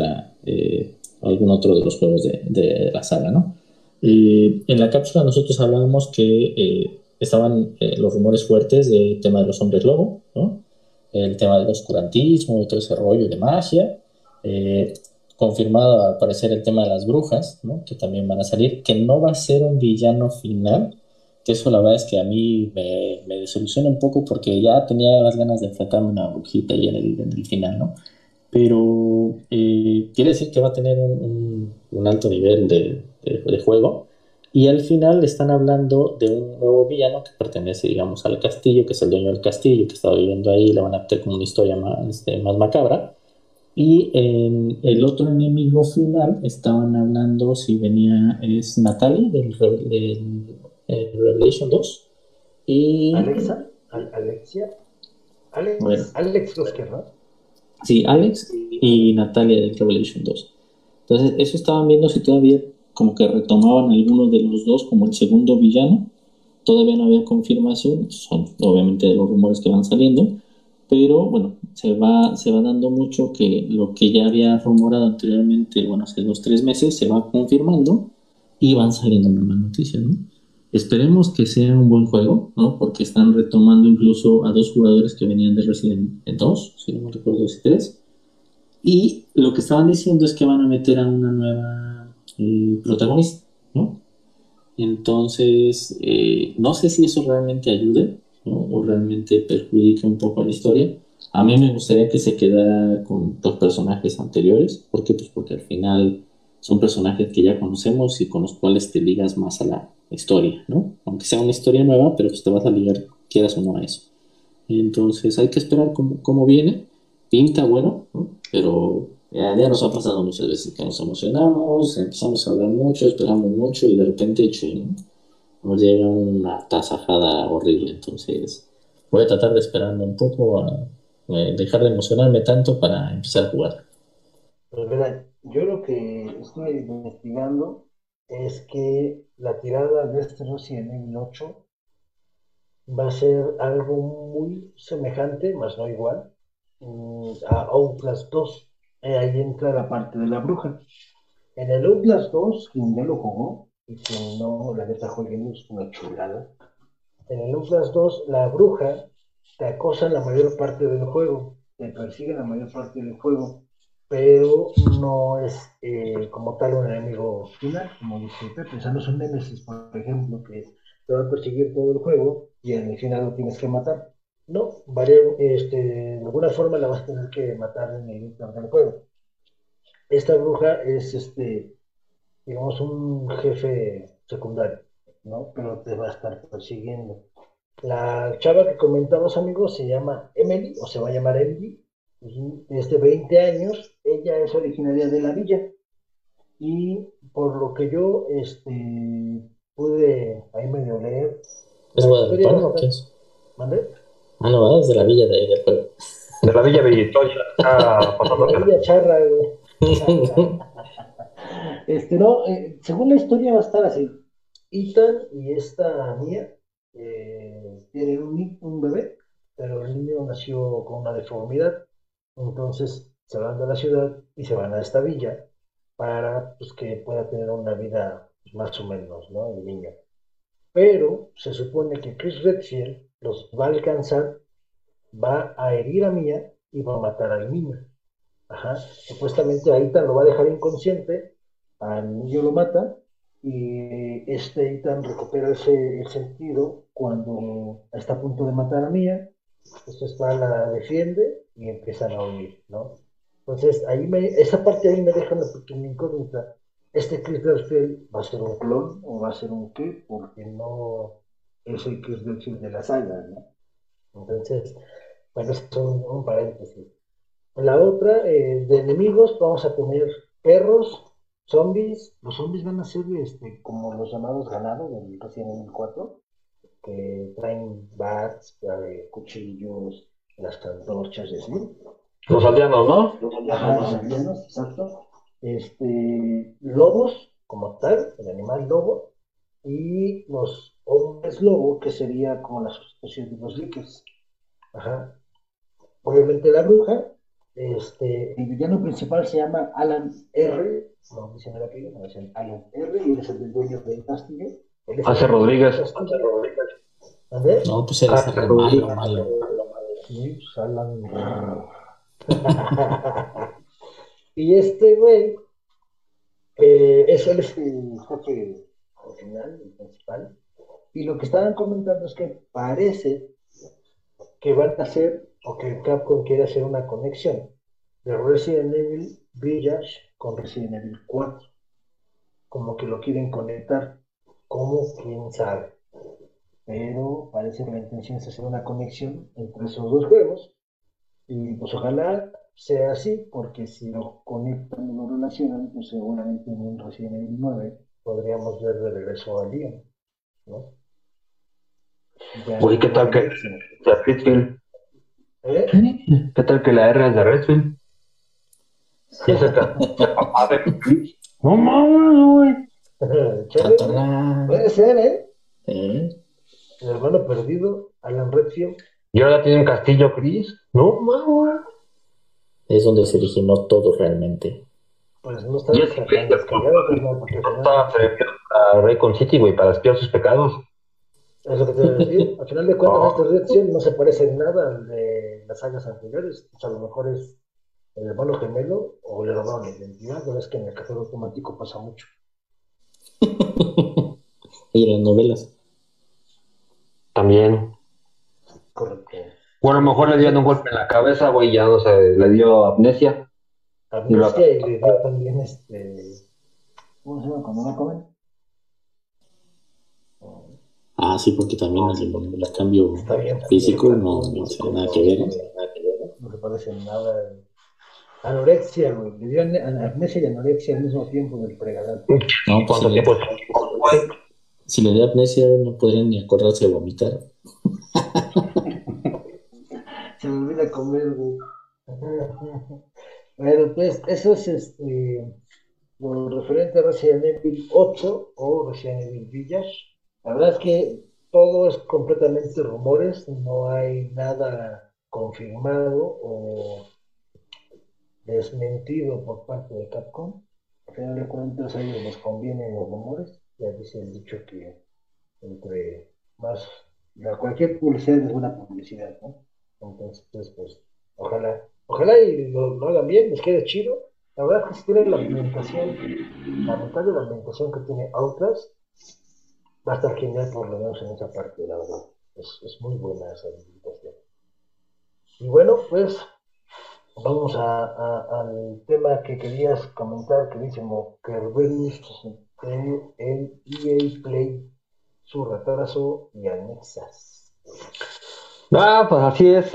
algún otro de los juegos de la saga, ¿no? En la cápsula nosotros hablábamos que estaban los rumores fuertes del tema de los hombres lobo, ¿no? El tema del oscurantismo y todo ese rollo de magia. Eh, Confirmado al parecer el tema de las brujas, ¿no? Que también van a salir, que no va a ser un villano final, que eso la verdad es que a mí me desilusiona un poco porque ya tenía las ganas de enfrentarme a una brujita ahí en el final, ¿no? Pero quiere decir que va a tener un alto nivel de juego. Y al final están hablando de un nuevo villano que pertenece, digamos, al castillo, que es el dueño del castillo, que estaba viviendo ahí, le van a meter como una historia más, más macabra. Y en el otro enemigo final estaban hablando si venía, es Natalie Revelation 2. Y Alexa, Alexia, bueno, Alex Gosker, ¿no? sí, Alex y Natalia del Revelation 2. Entonces, eso estaban viendo si todavía como que retomaban alguno de los dos como el segundo villano. Todavía no había confirmación, son obviamente de los rumores que van saliendo, pero bueno, se va dando mucho que lo que ya había rumorado anteriormente, bueno, hace 2 o 3 meses, se va confirmando y van saliendo nuevas noticias, ¿no? Esperemos que sea un buen juego, ¿no? Porque están retomando incluso a dos jugadores que venían de Resident Evil 2, si no me recuerdo, si tres. Y lo que estaban diciendo es que van a meter a una nueva protagonista, ¿no? Entonces, no sé si eso realmente ayude, ¿no? O realmente perjudique un poco la historia. A mí me gustaría que se quedara con los personajes anteriores. ¿Por qué? Pues porque al final son personajes que ya conocemos y con los cuales te ligas más a la historia, ¿no? Aunque sea una historia nueva, pero pues te vas a ligar, quieras o no, a eso. Entonces hay que esperar cómo viene. Pinta bueno, ¿no? Pero ya nos ha pasado muchas veces que nos emocionamos, empezamos a hablar mucho, esperamos mucho y de repente ching, nos llega una tasajada horrible. Entonces voy a tratar de esperarme un poco a dejar de emocionarme tanto para empezar a jugar. Pues verá, yo lo que estoy investigando es que la tirada de este Resident Evil 8 va a ser algo muy semejante, más no igual, a Outlast 2. Ahí entra la parte de la bruja. En el Outlast 2, quien ya lo jugó, y quien no, la neta jueguen, es una chulada. En el Outlast 2, la bruja te acosa la mayor parte del juego, te persigue la mayor parte del juego, pero no es como tal un enemigo final, como dice Pepe. O sea, no es un Nemesis, por ejemplo, que te va a perseguir todo el juego y en el final lo tienes que matar. No, de alguna forma la vas a tener que matar en el instante del juego. Esta bruja es, digamos, un jefe secundario, ¿no? Pero te va a estar persiguiendo. La chava que comentabas, amigos, se llama Emily, o se va a llamar Emily, y es de 20 años. Ella es originaria de la villa, y por lo que yo pude ahí medio leer, ¿Es la historia va a Guadalupano o qué estar. es? ¿Mande? Ah, no, ¿verdad? Es de la villa de ahí del juego. De la Villa Victoria, acá De la pasando. villa charra, güey. No, según la historia va a estar así. Ethan y esta Mia tienen un bebé, pero el niño nació con una deformidad. Entonces se van de la ciudad y se van a esta villa para pues, que pueda tener una vida pues, más o menos, ¿no? El niño. Pero se supone que Chris Redfield los va a alcanzar, va a herir a Mia y va a matar al niño. Ajá. Supuestamente Aitan lo va a dejar inconsciente, al niño lo mata y Aitan recupera el sentido cuando está a punto de matar a Mia. Esto está, la defiende y empiezan a huir, ¿no? Entonces, esa parte ahí me deja una pequeña incógnita, este Chris Redfield va a ser un clon o va a ser un qué, porque no es el Chris Redfield de la saga, ¿no? Entonces, bueno, es un paréntesis. En la otra, de enemigos, vamos a tener perros, zombies. Los zombies van a ser como los llamados ganados del Resident Evil 4, que traen bats, cuchillos, las antorchas y así. Los aldeanos, ¿no? Ajá, los aldeanos, exacto. Lobos, como tal, el animal lobo, y los hombres lobo, que sería como la sustitución de los líquenes. Ajá. Obviamente la bruja, el villano principal se llama Alan R. No dicen el apellido, no dicen Alan R. Y él es el dueño del castillo. Él es el Hace dueño del Rodríguez. castillo. ¿Andrés? No, pues eres Hace re malo, Rodríguez. malo. Sí, pues Alan R. Y este güey, él es el jefe original, el principal. Y lo que estaban comentando es que parece que van a hacer, o que Capcom quiere hacer una conexión de Resident Evil Village con Resident Evil 4. Como que lo quieren conectar. ¿Cómo? ¿Quién sabe? Pero parece que la intención es hacer una conexión entre esos dos juegos. Y pues ojalá sea así, porque si lo conectan y lo relacionan, pues seguramente en un Resident Evil 9 podríamos ver de regreso a Leon, ¿no? Ya Güey, no ¿qué tal que Alex, sino de Redfield? ¿eh? ¿Qué tal que la R es de Redfield? Y ese es el papá de Chris. No mames, güey. Chale, güey. Tatara. Puede ser, ¿eh? ¿Eh? El hermano perdido, Alan Redfield. Y ahora tiene un castillo, Chris. No mames. Es donde se originó todo realmente. Pues no está Y ese güey tan de descabellado, carnal, porque al no final, estaba servido a Raycon City, güey, para espiar sus pecados. es lo que te iba a decir, al final de cuentas Oh, esta reacción no se parece en nada al de las sagas anteriores, pues a lo mejor es el hermano gemelo o le robaron la identidad, no es que en el cajero automático pasa mucho. Y las novelas. también. Correcto. Bueno, a lo mejor le dieron un golpe en la cabeza, güey, ya no sé, le dio amnesia. Y lo Amnesia y le dio también ¿cómo se llama cuando no comen? Ah, sí, porque también el cambio Está bien, físico no tiene nada que ver, ¿eh? no se parece en nada. Anorexia, güey. Le dio amnesia y anorexia al mismo tiempo del fregadero. No, pues ¿Cuánto tiempo? Güey, si le da amnesia no podrían ni acordarse de vomitar. Se me olvida comer, güey. Bueno, pues eso es lo referente a Resident Evil 8 o Resident Evil Village. La verdad es que todo es completamente rumores, no hay nada confirmado o desmentido por parte de Capcom. Al final de cuentas a ellos les convienen los rumores, ya dice el dicho que entre más, cualquier publicidad es buena publicidad, ¿no? Entonces, pues, ojalá y lo hagan bien, les quede chido. La verdad es que si tienen la mitad de la ambientación que tiene Outlast, va a estar genial por lo menos en esa parte, la verdad. Es muy buena esa ambientación. Y bueno, pues vamos al tema que querías comentar, que dice Kerberos de el EA Play, su retraso y anexas. pues así es.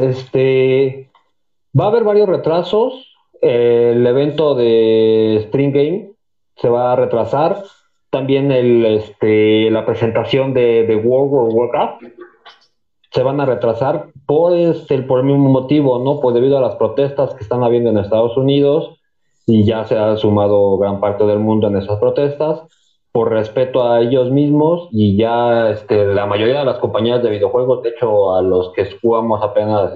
Va a haber varios retrasos. El evento de Spring Game se va a retrasar. También la presentación de World of Warcraft se van a retrasar por el mismo motivo, ¿no? Pues debido a las protestas que están habiendo en Estados Unidos y ya se ha sumado gran parte del mundo en esas protestas por respeto a ellos mismos y ya la mayoría de las compañías de videojuegos, de hecho a los que jugamos apenas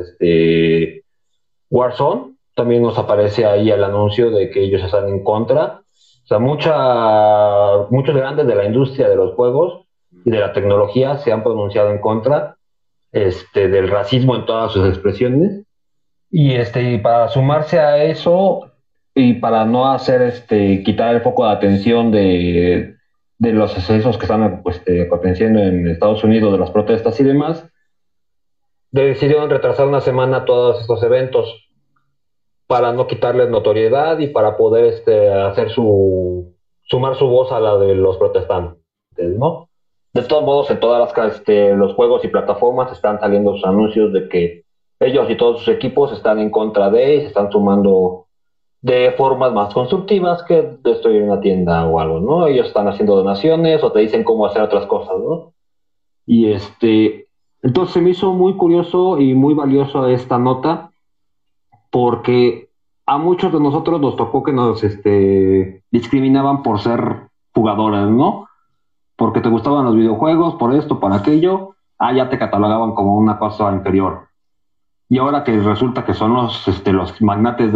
Warzone, también nos aparece ahí el anuncio de que ellos están en contra. O sea, muchos grandes de la industria de los juegos y de la tecnología se han pronunciado en contra del racismo en todas sus expresiones. Y para sumarse a eso y para no hacer quitar el foco de atención de los excesos que están aconteciendo en Estados Unidos, de las protestas y demás, decidieron retrasar una semana todos estos eventos para no quitarles notoriedad y para poder hacer sumar su voz a la de los protestantes, ¿no? De todos modos, en todas los juegos y plataformas están saliendo sus anuncios de que ellos y todos sus equipos están en contra de y se están sumando de formas más constructivas que estoy en una tienda o algo, ¿no? Ellos están haciendo donaciones o te dicen cómo hacer otras cosas, ¿no? Y entonces se me hizo muy curioso y muy valioso esta nota porque a muchos de nosotros nos tocó que nos discriminaban por ser jugadores, ¿no? Porque te gustaban los videojuegos, por esto, por aquello, ya te catalogaban como una cosa inferior. Y ahora que resulta que son los magnates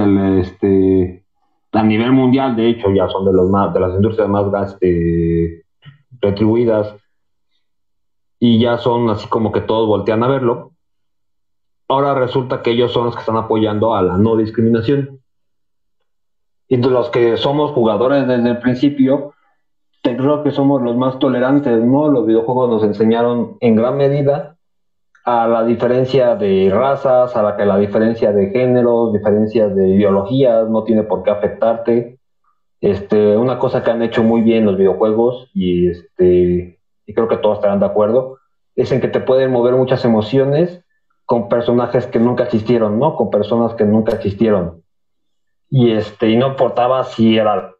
a nivel mundial, de hecho, ya son de las industrias más retribuidas y ya son así como que todos voltean a verlo. Ahora resulta que ellos son los que están apoyando a la no discriminación. Y de los que somos jugadores desde el principio, creo que somos los más tolerantes, ¿no? Los videojuegos nos enseñaron en gran medida a la diferencia de razas, a la diferencia de géneros, diferencias de ideologías, no tiene por qué afectarte. Una cosa que han hecho muy bien los videojuegos y creo que todos estarán de acuerdo, es en que te pueden mover muchas emociones con personajes que nunca existieron, ¿no? Con personas que nunca existieron. Y no importaba si era.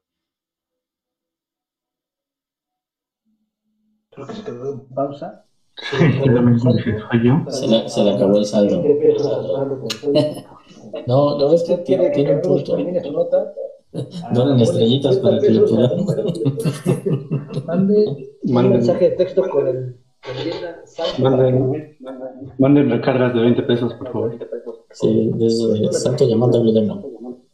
Creo que se quedó en pausa. Soy yo. Se le acabó el saldo. No, la verdad es que tiene un punto. Termine su nota. Donen estrellitas para que lo podamos. Mande un mensaje de texto con el Manden recargas de 20 pesos, por favor. Sí, desde Santo llamando a Demo.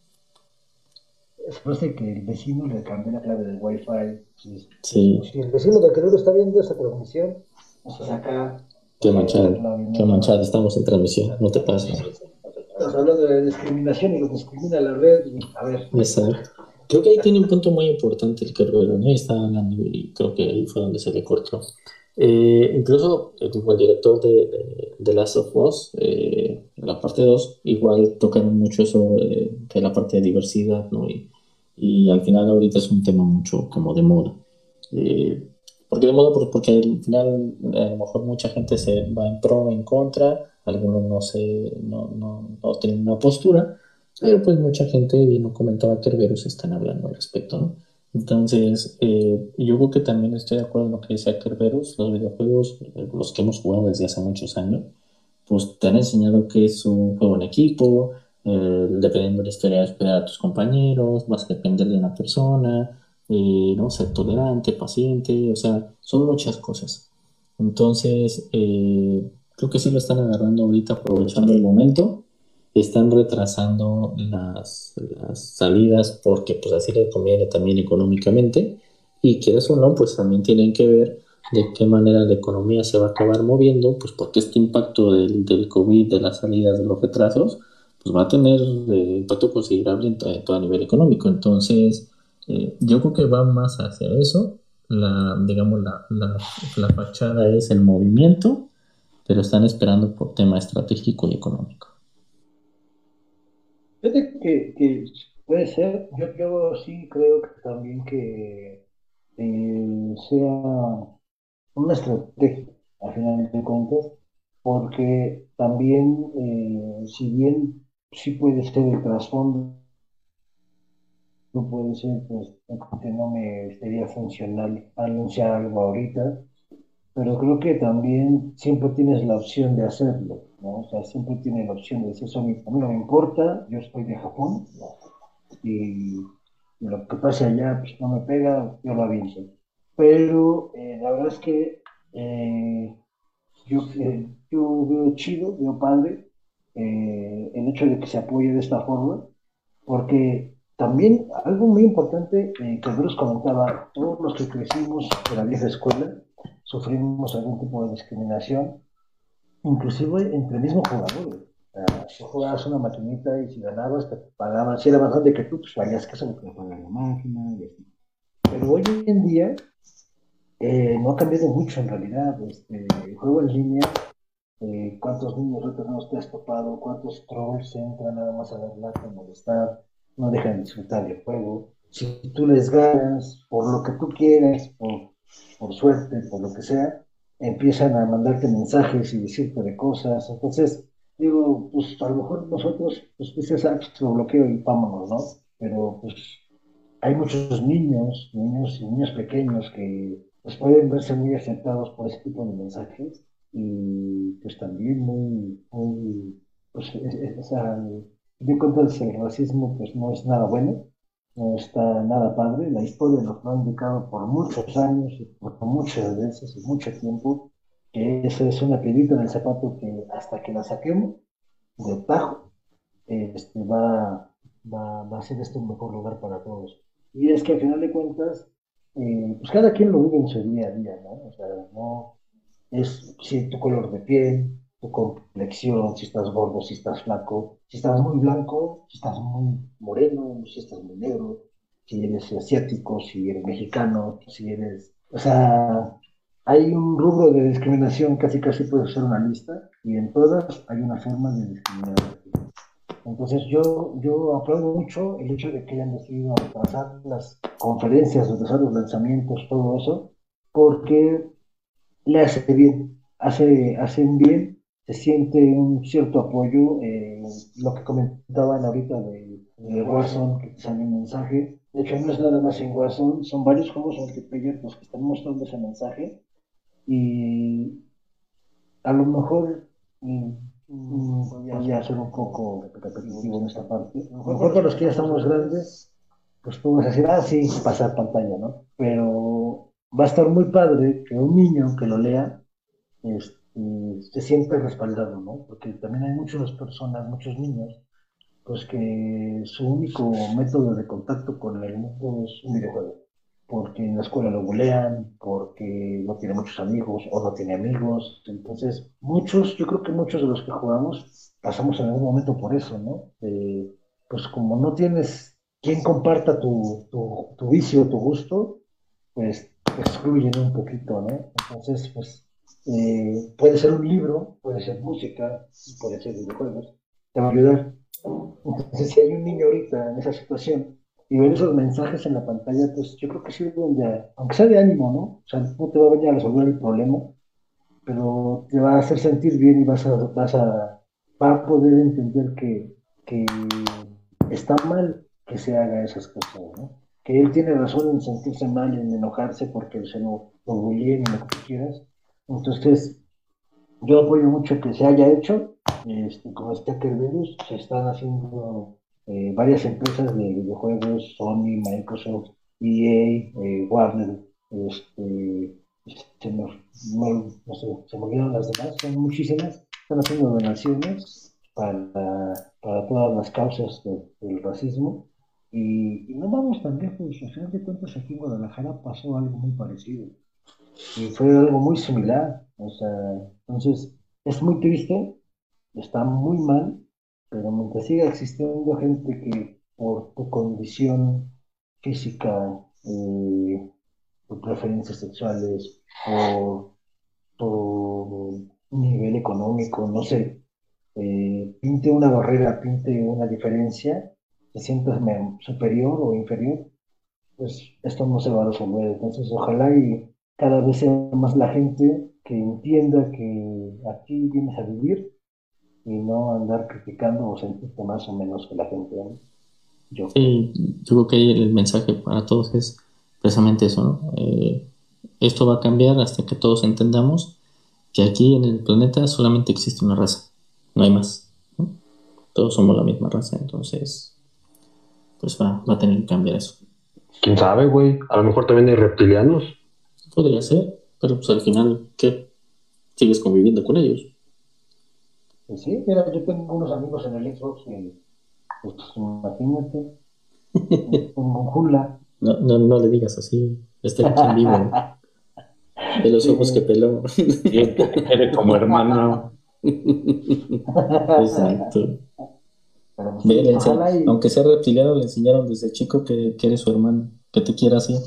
Parece que el vecino le cambió la clave del Wi-Fi. Sí. Si el vecino de Querétaro está viendo esta transmisión, nos saca. Qué manchada, estamos en transmisión, no te pases. Estamos hablando de discriminación y lo discrimina la red. A ver. Exacto. Creo que ahí tiene un punto muy importante el Kerbero, ¿no? Estaba hablando y creo que ahí fue donde se le cortó. Incluso el director de Last of Us, la parte 2, igual tocaron mucho eso de la parte de diversidad, ¿no? Y al final ahorita es un tema mucho como de moda. ¿Por qué de moda? Porque al final a lo mejor mucha gente se va en pro, en contra, algunos no tienen una postura, pero pues mucha gente, y no comentaba Kerberos, están hablando al respecto, ¿no? Entonces, yo creo que también estoy de acuerdo en lo que decía Kerberos, los videojuegos, los que hemos jugado desde hace muchos años, pues te han enseñado que es un juego en equipo, dependiendo de la historia, esperar a tus compañeros, vas a depender de una persona, ¿no? Ser tolerante, paciente, o sea, son muchas cosas. Entonces, creo que sí lo están agarrando ahorita, aprovechando el momento. Están retrasando las salidas porque pues así les conviene también económicamente, y quieres o no, pues también tienen que ver de qué manera la economía se va a acabar moviendo, pues porque este impacto del COVID, de las salidas, de los retrasos, pues va a tener impacto considerable en todo a nivel económico. Entonces, yo creo que va más hacia eso. Digamos, la fachada es el movimiento, pero están esperando por tema estratégico y económico. Fíjate que puede ser, yo sí creo que también que sea una estrategia, al final de cuentas, porque también, si bien sí puede ser el trasfondo, no puede ser, pues que no me sería funcional anunciar algo ahorita, pero creo que también siempre tienes la opción de hacerlo, ¿no? O sea, siempre tienes la opción de decir, eso a mí no me importa, yo estoy de Japón y lo que pase allá pues, no me pega, yo lo aviso. Pero la verdad es que yo veo chido, veo padre el hecho de que se apoye de esta forma, porque también algo muy importante que Bruce comentaba, todos los que crecimos en la vieja escuela sufrimos algún tipo de discriminación, inclusive entre mismos jugadores. Si jugabas una maquinita y si ganabas, te pagaban, si era más grande que tú, pues valías que eso lo que pagaba la máquina y así. Pero hoy en día no ha cambiado mucho en realidad. El juego en línea, cuántos niños retornados te has topado, cuántos trolls entran nada más a verla, a molestar, no dejan de disfrutar del juego. si tú les ganas, por lo que tú quieras, por suerte, por lo que sea, empiezan a mandarte mensajes y decirte de cosas. Entonces, digo, pues a lo mejor nosotros, pues dices, ah, pues lo bloqueo y vámonos, ¿no? Pero pues hay muchos niños y niños pequeños que pues, pueden verse muy afectados por ese tipo de mensajes y pues también pues, yo entonces el racismo pues no es nada bueno, no está nada padre, la historia nos lo ha indicado por muchos años y por muchas veces y mucho tiempo, que esa es una piedrita en el zapato que hasta que la saquemos de tajo, va a ser un mejor lugar para todos. Y es que al final de cuentas, pues cada quien lo vive en su día a día, ¿no? O sea, no es si tu color de piel, tu complexión, si estás gordo, si estás flaco, si estás muy blanco, si estás muy moreno, si estás muy negro, si eres asiático, si eres mexicano, si eres... O sea, hay un rubro de discriminación, casi casi puedes hacer una lista, y en todas hay una forma de discriminar. Entonces yo aplaudo mucho el hecho de que hayan decidido atrasar las conferencias, atrasar los lanzamientos, todo eso, porque le hace bien, hace un bien, se siente un cierto apoyo, lo que comentaban ahorita de Warzone, que te sale un mensaje, de hecho no es nada más en Warzone, son varios juegos multiplayer los que están mostrando ese mensaje, y a lo mejor voy a ser un poco repetitivo en esta parte. A lo mejor para los que ya estamos grandes, pues podemos decir, ah, sí, pasar pantalla, ¿no? Pero va a estar muy padre que un niño que lo lea se siente respaldado, ¿no? Porque también hay muchas personas, muchos niños, pues que su único método de contacto con el mundo es un videojuego, porque en la escuela lo bulean, porque no tiene muchos amigos o no tiene amigos. Entonces, yo creo que muchos de los que jugamos pasamos en algún momento por eso, ¿no? Pues como no tienes quien comparta tu vicio, tu gusto, pues te excluyen un poquito, ¿no? Entonces, pues puede ser un libro, puede ser música, puede ser videojuegos, te va a ayudar. Entonces, si hay un niño ahorita en esa situación y ver esos mensajes en la pantalla, pues yo creo que sirven de, aunque sea de ánimo, ¿no? O sea, no te va a venir a resolver el problema, pero te va a hacer sentir bien y va a poder entender que está mal que se haga esas cosas, ¿no? Que él tiene razón en sentirse mal, en enojarse porque se lo bullying y lo que tú quieras. Entonces, yo apoyo mucho que se haya hecho, como está que el virus, se están haciendo varias empresas de videojuegos, Sony, Microsoft, EA, Warner, este, se me, no sé, se me olvidaron las demás, son muchísimas, están haciendo donaciones para todas las causas del racismo. Y no vamos tan lejos, al final de cuentas aquí en Guadalajara pasó algo muy parecido y fue algo muy similar. O sea, entonces es muy triste, está muy mal, pero mientras siga existiendo gente que por tu condición física, tus preferencias sexuales, por tu nivel económico, no sé, pinte una barrera, pinte una diferencia, te sientas superior o inferior, pues esto no se va a resolver. Entonces, ojalá y cada vez sea más la gente que entienda que aquí vienes a vivir y no andar criticando o sentirte más o menos que la gente, ¿no? Yo. Sí, yo creo que ahí el mensaje para todos es precisamente eso, ¿no? Esto va a cambiar hasta que todos entendamos que aquí en el planeta solamente existe una raza, no hay más, ¿no? Todos somos la misma raza, entonces pues va a tener que cambiar eso. ¿Quién sabe, güey? A lo mejor también hay reptilianos. Podría ser, pero pues al final, ¿qué? Sigues conviviendo con ellos. Pues sí, mira, yo tengo unos amigos en el Xbox y pues imagínate, un Jula. No le digas así, está aquí en vivo, de los ojos que peló. Y el que te quede como hermano. Exacto. Pero pues, Ve, sí, ojalá y aunque sea reptiliano, le enseñaron desde chico que eres su hermano, que te quiera así.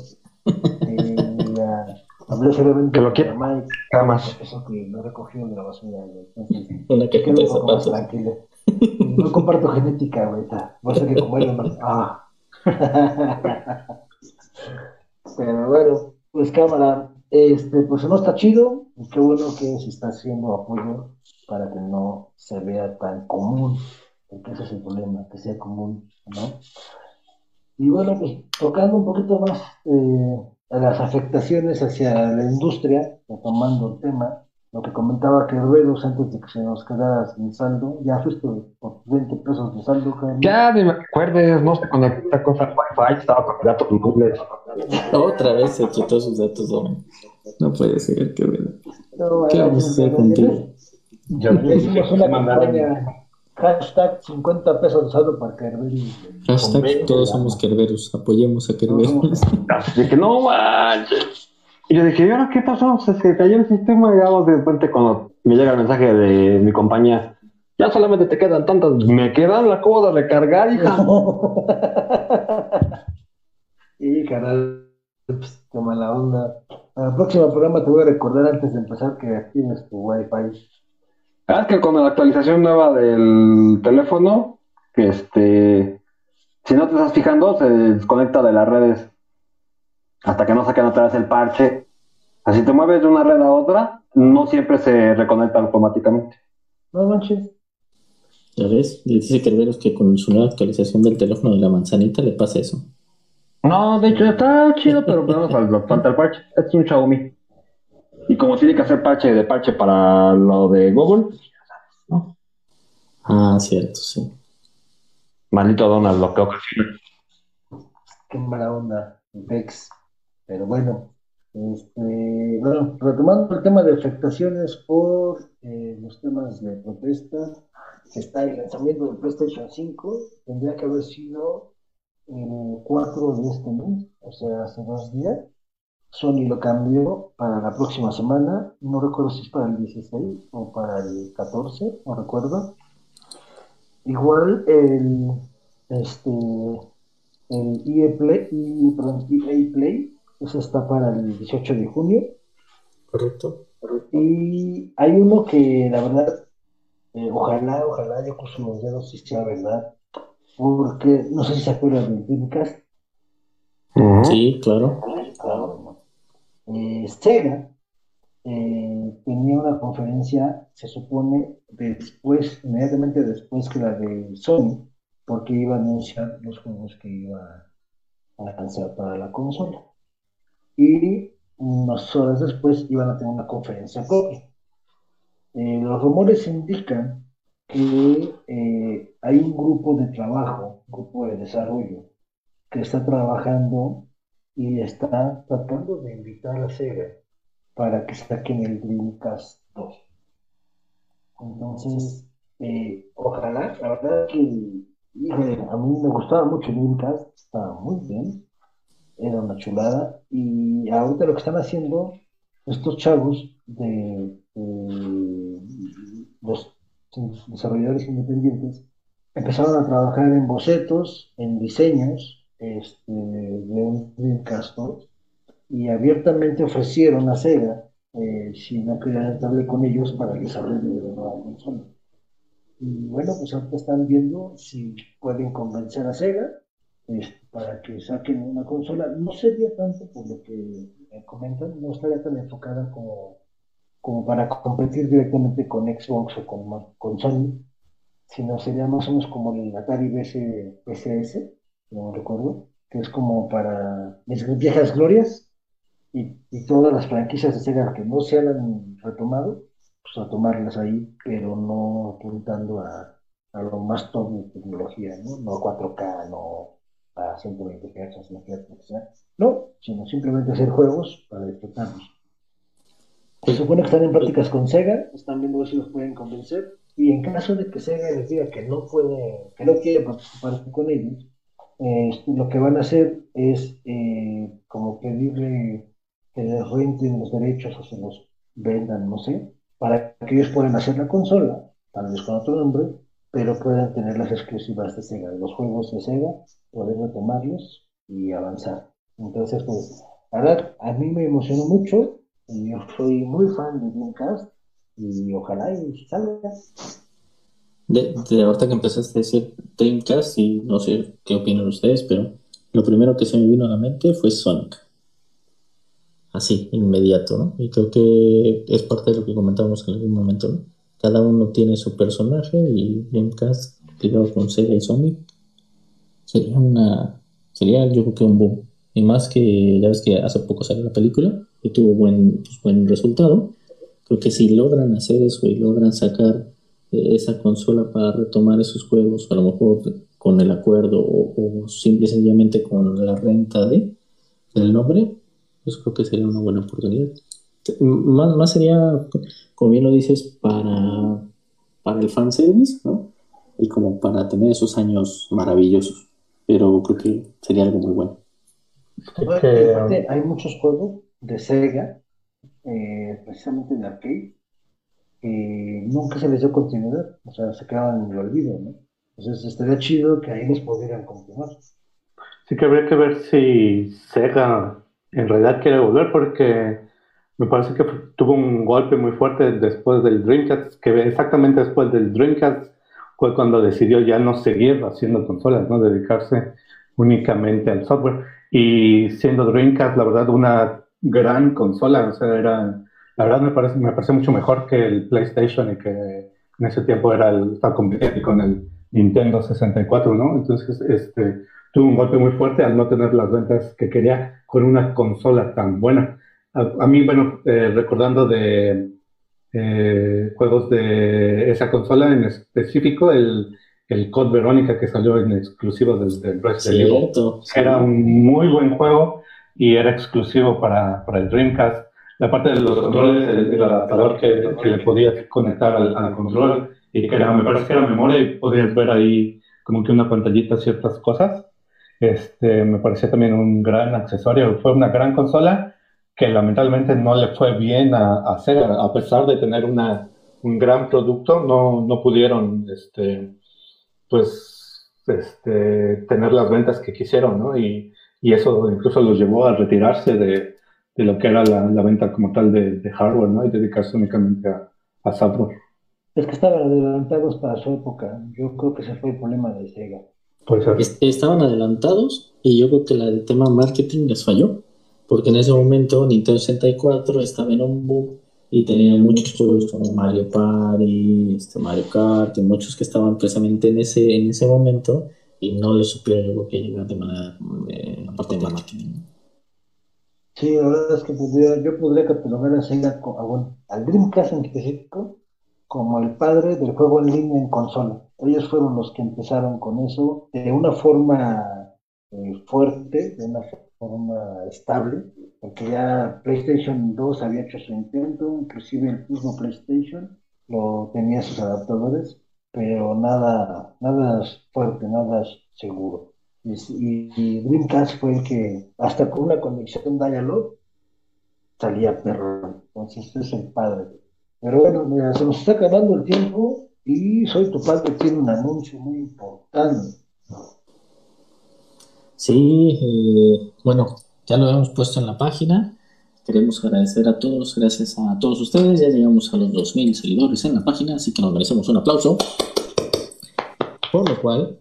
hablé seriamente Que lo con quiera. mi mamá y Nada más. eso que lo recogió de la basura, güey. Entonces, Una me quedo cajita de un poco más zapatos. tranquilo. Y no comparto genética, güey. Va a ser que como él, ¿no? Pero bueno, pues cámara, pues no está chido, y qué bueno que se está haciendo apoyo para que no se vea tan común, porque ese es el problema, que sea común, ¿no? Y bueno, pues tocando un poquito más a las afectaciones hacia la industria, retomando el tema, lo que comentaba que Ruedos antes de que se nos quedara sin saldo, ya fuiste por 20 pesos de saldo, Carlos. Ya ni me recuerdes, no se conectó esta cosa al Wi-Fi, estaba con datos móviles. Otra vez se quitó sus datos, hombre. No puede ser, No, ¿qué vamos a hacer contigo? Ya ya hicimos una mandaron. campaña, hashtag 50 pesos de saldo para que Hashtag todos somos Kerberos, apoyemos a Kerberos. Así que no manches. Y yo dije, ¿y ahora qué pasó? Se cayó el sistema y vamos de repente cuando me llega el mensaje de mi compañía. Ya solamente te quedan tantas. Me quedan, la acabo de recargar, hija. Y canal, pues, qué mala onda. Para el próximo programa te voy a recordar antes de empezar que actives tu wifi. Es que con la actualización nueva del teléfono, que si no te estás fijando, se desconecta de las redes hasta que no saquen otra vez el parche. Así te mueves de una red a otra, no siempre se reconecta automáticamente. No manches. ¿Ya ves? Dice Kerberos que con su nueva actualización del teléfono de la manzanita le pasa eso. No, de hecho está chido, pero falta el parche. Este es un Xiaomi. Y como tiene que hacer parche de parche para lo de Google, pues, ¿no? Ah, cierto, sí. Maldito Donald, lo que ocasiona. Qué mala onda, Vex. Pero bueno, bueno, retomando el tema de afectaciones por los temas de protesta, que está el lanzamiento del PlayStation 5, tendría que haber sido el 4 de este mes, o sea, hace 2 días. Sony lo cambió para la próxima semana, no recuerdo si es para el 16 o para el 14, no recuerdo. Igual este, el EA Play, ese está para el 18 de junio. ¿Correcto? Y hay uno que la verdad, ojalá yo cruzo los dedos si sea verdad, porque no sé si se acuerdan del Dreamcast. Sí, claro. Sega tenía una conferencia, se supone, inmediatamente después que la de Sony, porque iba a anunciar los juegos que iba a lanzar para la consola. Y unas horas después iban a tener una conferencia propia. Los rumores indican que hay un grupo de trabajo, un grupo de desarrollo, que está trabajando y está tratando de invitar a Sega para que saquen el Dreamcast 2. Entonces, ojalá, la verdad que a mí me gustaba mucho el Dreamcast, estaba muy bien, era una chulada. Y ahorita lo que están haciendo estos chavos de los desarrolladores independientes empezaron a trabajar en bocetos, en diseños de un Dreamcast 2 y abiertamente ofrecieron a Sega si no querían entrarle con ellos para el desarrollo de la nueva consola. Y bueno, pues ahorita están viendo si pueden convencer a Sega para que saquen una consola. No sería tanto por lo que comentan, no estaría tan enfocada como para competir directamente con Xbox o con Sony, sino sería más o menos como el Atari BCS, no me recuerdo, que es como para mis viejas glorias y todas las franquicias de Sega que no se han retomado, pues a tomarlas ahí, pero no apuntando a lo más top de tecnología, ¿no? No a 4K, no a 120 Hz, no sea. No, sino simplemente hacer juegos para disfrutarlos. Se supone que están en prácticas con Sega, están viendo si los pueden convencer, y en caso de que Sega les diga que no puede, que no quiere participar con ellos, lo que van a hacer es como pedirle que les renten los derechos o se los vendan, no sé, para que ellos puedan hacer la consola, tal vez con otro nombre, pero puedan tener las exclusivas de Sega, de los juegos de Sega, poder retomarlos y avanzar. Entonces, pues, la verdad, a mí me emocionó mucho, y yo soy muy fan de Dreamcast, y ojalá y salga. De ahorita que empezaste a decir Dreamcast, y no sé qué opinan ustedes, pero lo primero que se me vino a la mente fue Sonic. Así, inmediato, ¿no? Y creo que es parte de lo que comentábamos en algún momento, ¿no? Cada uno tiene su personaje y Dreamcast, ligado con Sega y Sonic, sería sería yo creo que un boom. Y más que, ya ves que hace poco salió la película y tuvo buen resultado. Creo que si logran hacer eso y logran sacar esa consola para retomar esos juegos, a lo mejor con el acuerdo o simple y sencillamente con la renta del nombre, pues creo que sería una buena oportunidad. Más sería, como bien lo dices, para el fanservice, ¿no? Y como para tener esos años maravillosos. Pero creo que sería algo muy bueno. Sí, No, y aparte hay muchos juegos de Sega, precisamente de arcade, que nunca se les dio continuidad, o sea, se quedaban en el olvido, ¿no? Entonces estaría chido que ahí les pudieran continuar. sí que habría que ver si Sega en realidad quiere volver, porque me parece que tuvo un golpe muy fuerte después del Dreamcast, que exactamente después del Dreamcast fue cuando decidió ya no seguir haciendo consolas, no dedicarse únicamente al software. Y siendo Dreamcast, la verdad, una gran consola, o sea, la verdad me parece mucho mejor que el PlayStation y que en ese tiempo estaba compitiendo con el Nintendo 64, ¿no? Entonces, tuvo un golpe muy fuerte al no tener las ventas que quería con una consola tan buena. A mí, bueno, recordando de juegos de esa consola en específico, el Code Verónica que salió en exclusivo del Resident Evil, Cierto, era sí. un muy buen juego y era exclusivo para el Dreamcast. La parte de los controles, el adaptador que le podías conectar al control y que me parece que era memoria y podías ver ahí como que una pantallita ciertas cosas. Me parecía también un gran accesorio. Fue una gran consola que lamentablemente no le fue bien a Sega, a pesar de tener un gran producto, no pudieron tener las ventas que quisieron, ¿no? Y eso incluso los llevó a retirarse de lo que era la venta como tal de hardware, ¿no? Y dedicarse únicamente a software. Es que estaban adelantados para su época. Yo creo que ese fue el problema de Sega. Puede ser. Estaban adelantados y yo creo que el tema marketing les falló, porque en ese momento Nintendo 64 estaba en un boom y tenía muchos juegos como Mario Party, Mario Kart, y muchos que estaban precisamente en ese momento y no les supieron yo creo que llegar de manera, aparte de marketing. Sí, la verdad es que yo podría catalogar a Sega, bueno, al Dreamcast en específico, como el padre del juego en línea en consola. Ellos fueron los que empezaron con eso de una forma fuerte, de una forma estable, porque ya PlayStation 2 había hecho su intento, inclusive el mismo PlayStation lo tenía sus adaptadores, pero nada, nada fuerte, nada seguro. Y Dreamcast fue el que, hasta con una conexión Dialog, salía perro. Entonces es el padre. Pero bueno, mira, se nos está acabando el tiempo y Soy tu padre tiene un anuncio muy importante. Sí, bueno, ya lo hemos puesto en la página. Queremos agradecer a todos, gracias a todos ustedes. Ya llegamos a los 2000 seguidores en la página, así que nos merecemos un aplauso. Por lo cual,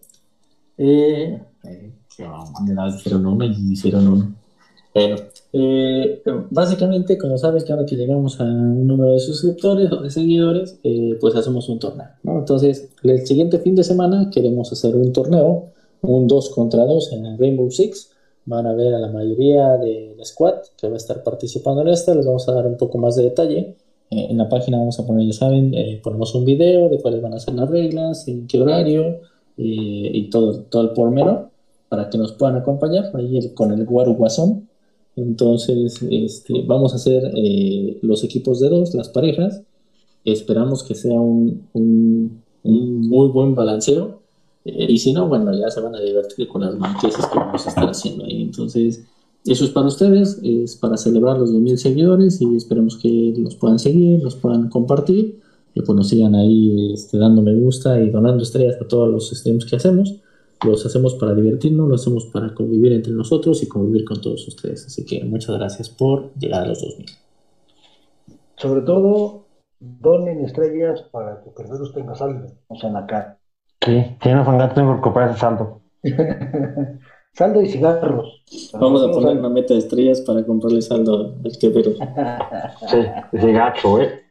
dijeron uno y hicieron uno. Bueno, básicamente, como saben que ahora que llegamos a un número de suscriptores o de seguidores, pues hacemos un torneo, ¿no? Entonces, el siguiente fin de semana queremos hacer un torneo, un 2 contra 2 en el Rainbow Six. Van a ver a la mayoría del squad que va a estar participando en esta. Les vamos a dar un poco más de detalle. En la página vamos a poner, ya saben, ponemos un video de cuáles van a ser las reglas, en qué horario y todo el pormenor para que nos puedan acompañar ahí con el Guaru Guasón. Entonces, vamos a hacer los equipos de dos, las parejas. Esperamos que sea un muy buen balanceo. Y si no, bueno, ya se van a divertir con las manquesas que vamos a estar haciendo ahí. Entonces, eso es para ustedes, es para celebrar los 2000 seguidores y esperemos que nos puedan seguir, nos puedan compartir y pues nos sigan ahí dando me gusta y donando estrellas a todos los streams que hacemos. Los hacemos para divertirnos, lo hacemos para convivir entre nosotros y convivir con todos ustedes. Así que muchas gracias por llegar a los 2000. Sobre todo, donen estrellas para que Perverus tenga saldo, o sea, en la cara. Sí, si no son gatos, tengo que comprar ese saldo. saldo y cigarros. Vamos a poner una meta de estrellas para comprarle saldo al Quevedo. Sí, ese gacho, ¿eh?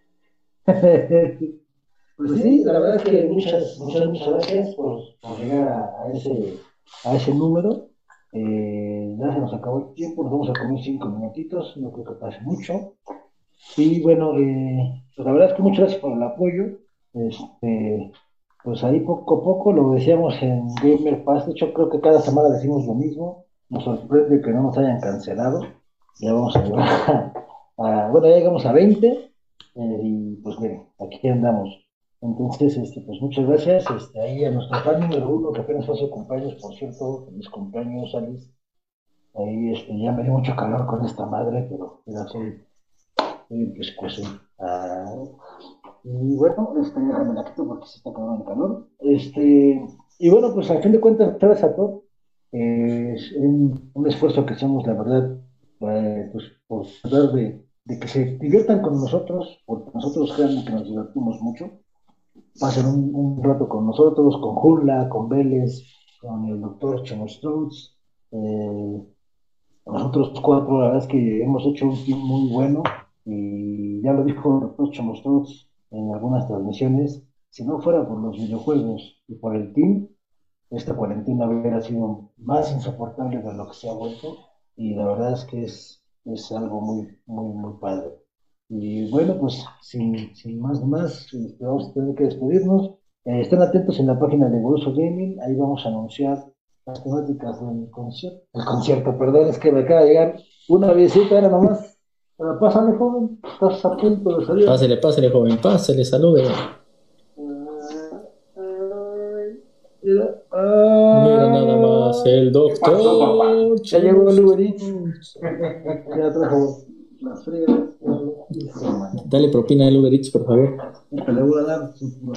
Pues sí, la verdad es que muchas gracias por llegar a ese número. Ya se nos acabó el tiempo, nos vamos a comer 5 minutitos, no creo que pase mucho. Y bueno, pues la verdad es que muchas gracias por el apoyo. Este, pues ahí poco a poco lo decíamos en Gamer Pass. De hecho, creo que cada semana decimos lo mismo. Nos sorprende que no nos hayan cancelado. Ya vamos a llegar bueno, ya llegamos a 20. Y pues miren, aquí andamos. Entonces, pues muchas gracias. Ahí a nuestro fan número uno, que apenas fue su cumpleaños, por cierto, feliz cumpleaños, Alice. Ahí ya me dio mucho calor con esta madre, pero ya soy el pescuezo. Y bueno, déjame la quito porque se está acabando el calor. Y bueno, pues al fin de cuentas, gracias a todos. Es un esfuerzo que hacemos, la verdad, pues por tratar de que se diviertan con nosotros, porque nosotros créanme que nos divertimos mucho. Pasen un rato con nosotros, con Jula, con Vélez, con el doctor Chomostrouts. Nosotros cuatro, la verdad es que hemos hecho un team muy bueno y ya lo dijo el doctor Chomostrouts en algunas transmisiones, si no fuera por los videojuegos y por el team, esta cuarentena hubiera sido más insoportable de lo que se ha vuelto y la verdad es que es algo muy, muy, muy padre. Y bueno, pues sin más ni más, vamos a tener que despedirnos. Estén atentos en la página de Goloso Gaming, ahí vamos a anunciar las temáticas del concierto. El concierto, perdón, es que me acaba de llegar una visita, era nomás. Pero pásale, joven, estás a punto de salir. Pásele, joven, pásele, salude. Mira nada más, el doctor. Pasó, papá? Ya llegó el Uber Eats. Ya trajo las frías. Dale propina al Uber Eats, por favor. Le voy a dar su.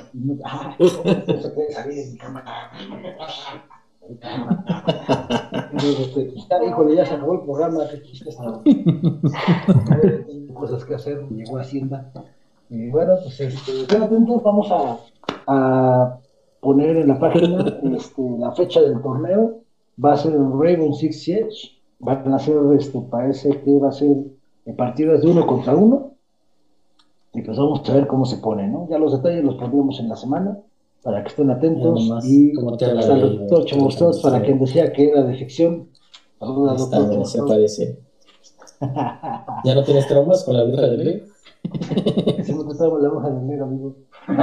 Híjole, ya se acabó el programa. Qué tristeza. Tengo cosas que hacer. Llegó Hacienda. Y bueno, pues estén atentos. Vamos a poner en la página la fecha del torneo. Va a ser el Rainbow Six Siege. Van a ser, parece que va a ser partidas de 1 contra 1. Y pues vamos a ver cómo se pone, ¿no? Ya los detalles los pondremos en la semana para que estén atentos. Y hasta el doctor Chomostos, para quien decía que era de ficción. Saludos al doctor Chomostos. Se aparece. ¿Ya no tienes traumas con la bruja de Blair? Se me trataba la bruja de Blair, amigo.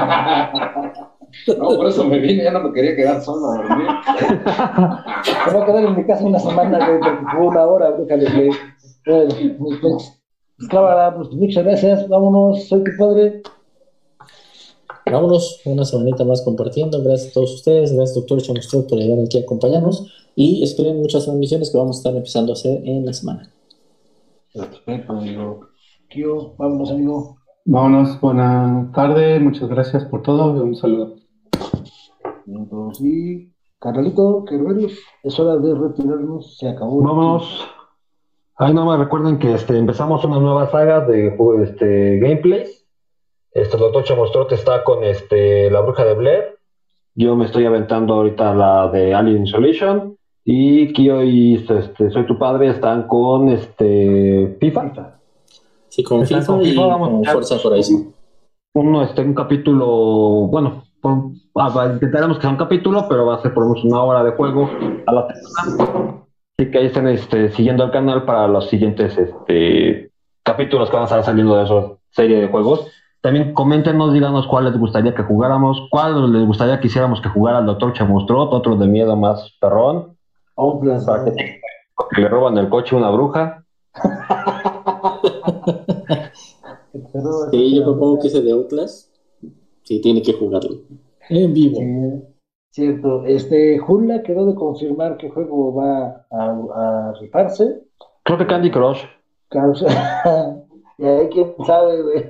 No, por eso me vine, ya no me quería quedar solo a dormir. Me voy a quedar en mi casa una semana, güey, porque fue 1 hora, déjale, güey. Cámara, pues muchas gracias, vámonos, soy tu padre. Vámonos, una semanita más compartiendo. Gracias a todos ustedes, gracias doctor Chomostro por llegar aquí a acompañarnos y esperen muchas transmisiones que vamos a estar empezando a hacer en la semana. Perfecto, amigo. Kio, vámonos, amigo. Vámonos, buena tarde, muchas gracias por todo, un saludo. Entonces, y Carnalito, queridos, es hora de retirarnos, se acabó. Vámonos. Ahí nomás recuerden que empezamos una nueva saga de gameplays. El doctor Chomostrote está con la bruja de Blair. Yo me estoy aventando ahorita la de Alien Isolation. Y Kio y Soy tu padre están con FIFA. Sí, con FIFA y con Forza Horizon. Un capítulo, bueno, intentaremos que sea un capítulo, pero va a ser por lo menos 1 hora de juego a la semana. Así que ahí estén siguiendo el canal para los siguientes capítulos que van a estar saliendo de esa serie de juegos. También coméntenos, díganos cuál les gustaría que jugáramos, cuál les gustaría que hiciéramos que jugara el Dr. Chamostrot, otro de miedo más perrón. Para que le roban el coche a una bruja. Sí, yo propongo que ese de Outlast sí tiene que jugarlo en vivo. Cierto, Jula quedó de confirmar qué juego va a rifarse. Creo que Candy Crush. Y ahí quién sabe, güey.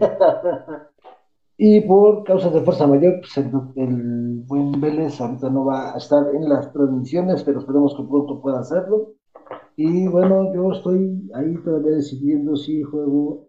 Y por causas de fuerza mayor, pues el buen Vélez ahorita no va a estar en las transmisiones, pero esperemos que pronto pueda hacerlo. Y bueno, yo estoy ahí todavía decidiendo si juego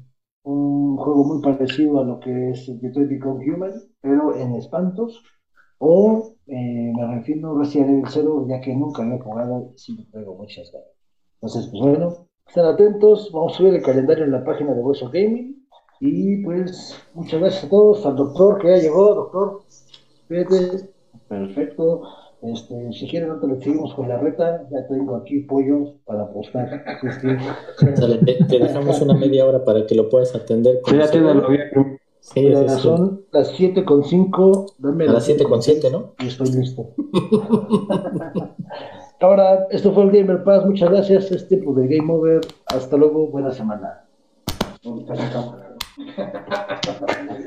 un juego muy parecido a lo que es Detroit Become Human, pero en espantos. o me refiero a Resident Evil 0, ya que nunca lo he jugado y sí me traigo muchas ganas. Entonces, pues bueno, estén atentos, vamos a subir el calendario en la página de Hueso Gaming. Y pues, muchas gracias a todos, al doctor que ya llegó, doctor, fíjate, perfecto. Si quieren, ahorita le seguimos con la reta, ya tengo aquí pollos para apostar. Sale, te dejamos una media hora para que lo puedas atender Sí, como ya tiene sea. lo bien. Sí, Mira, sí. son las 7:05, dame A las 7:07, 7:06 ¿no? y estoy listo. Ahora, esto fue el Gamer Pass, muchas gracias, es tiempo de Game Over, hasta luego, buena semana.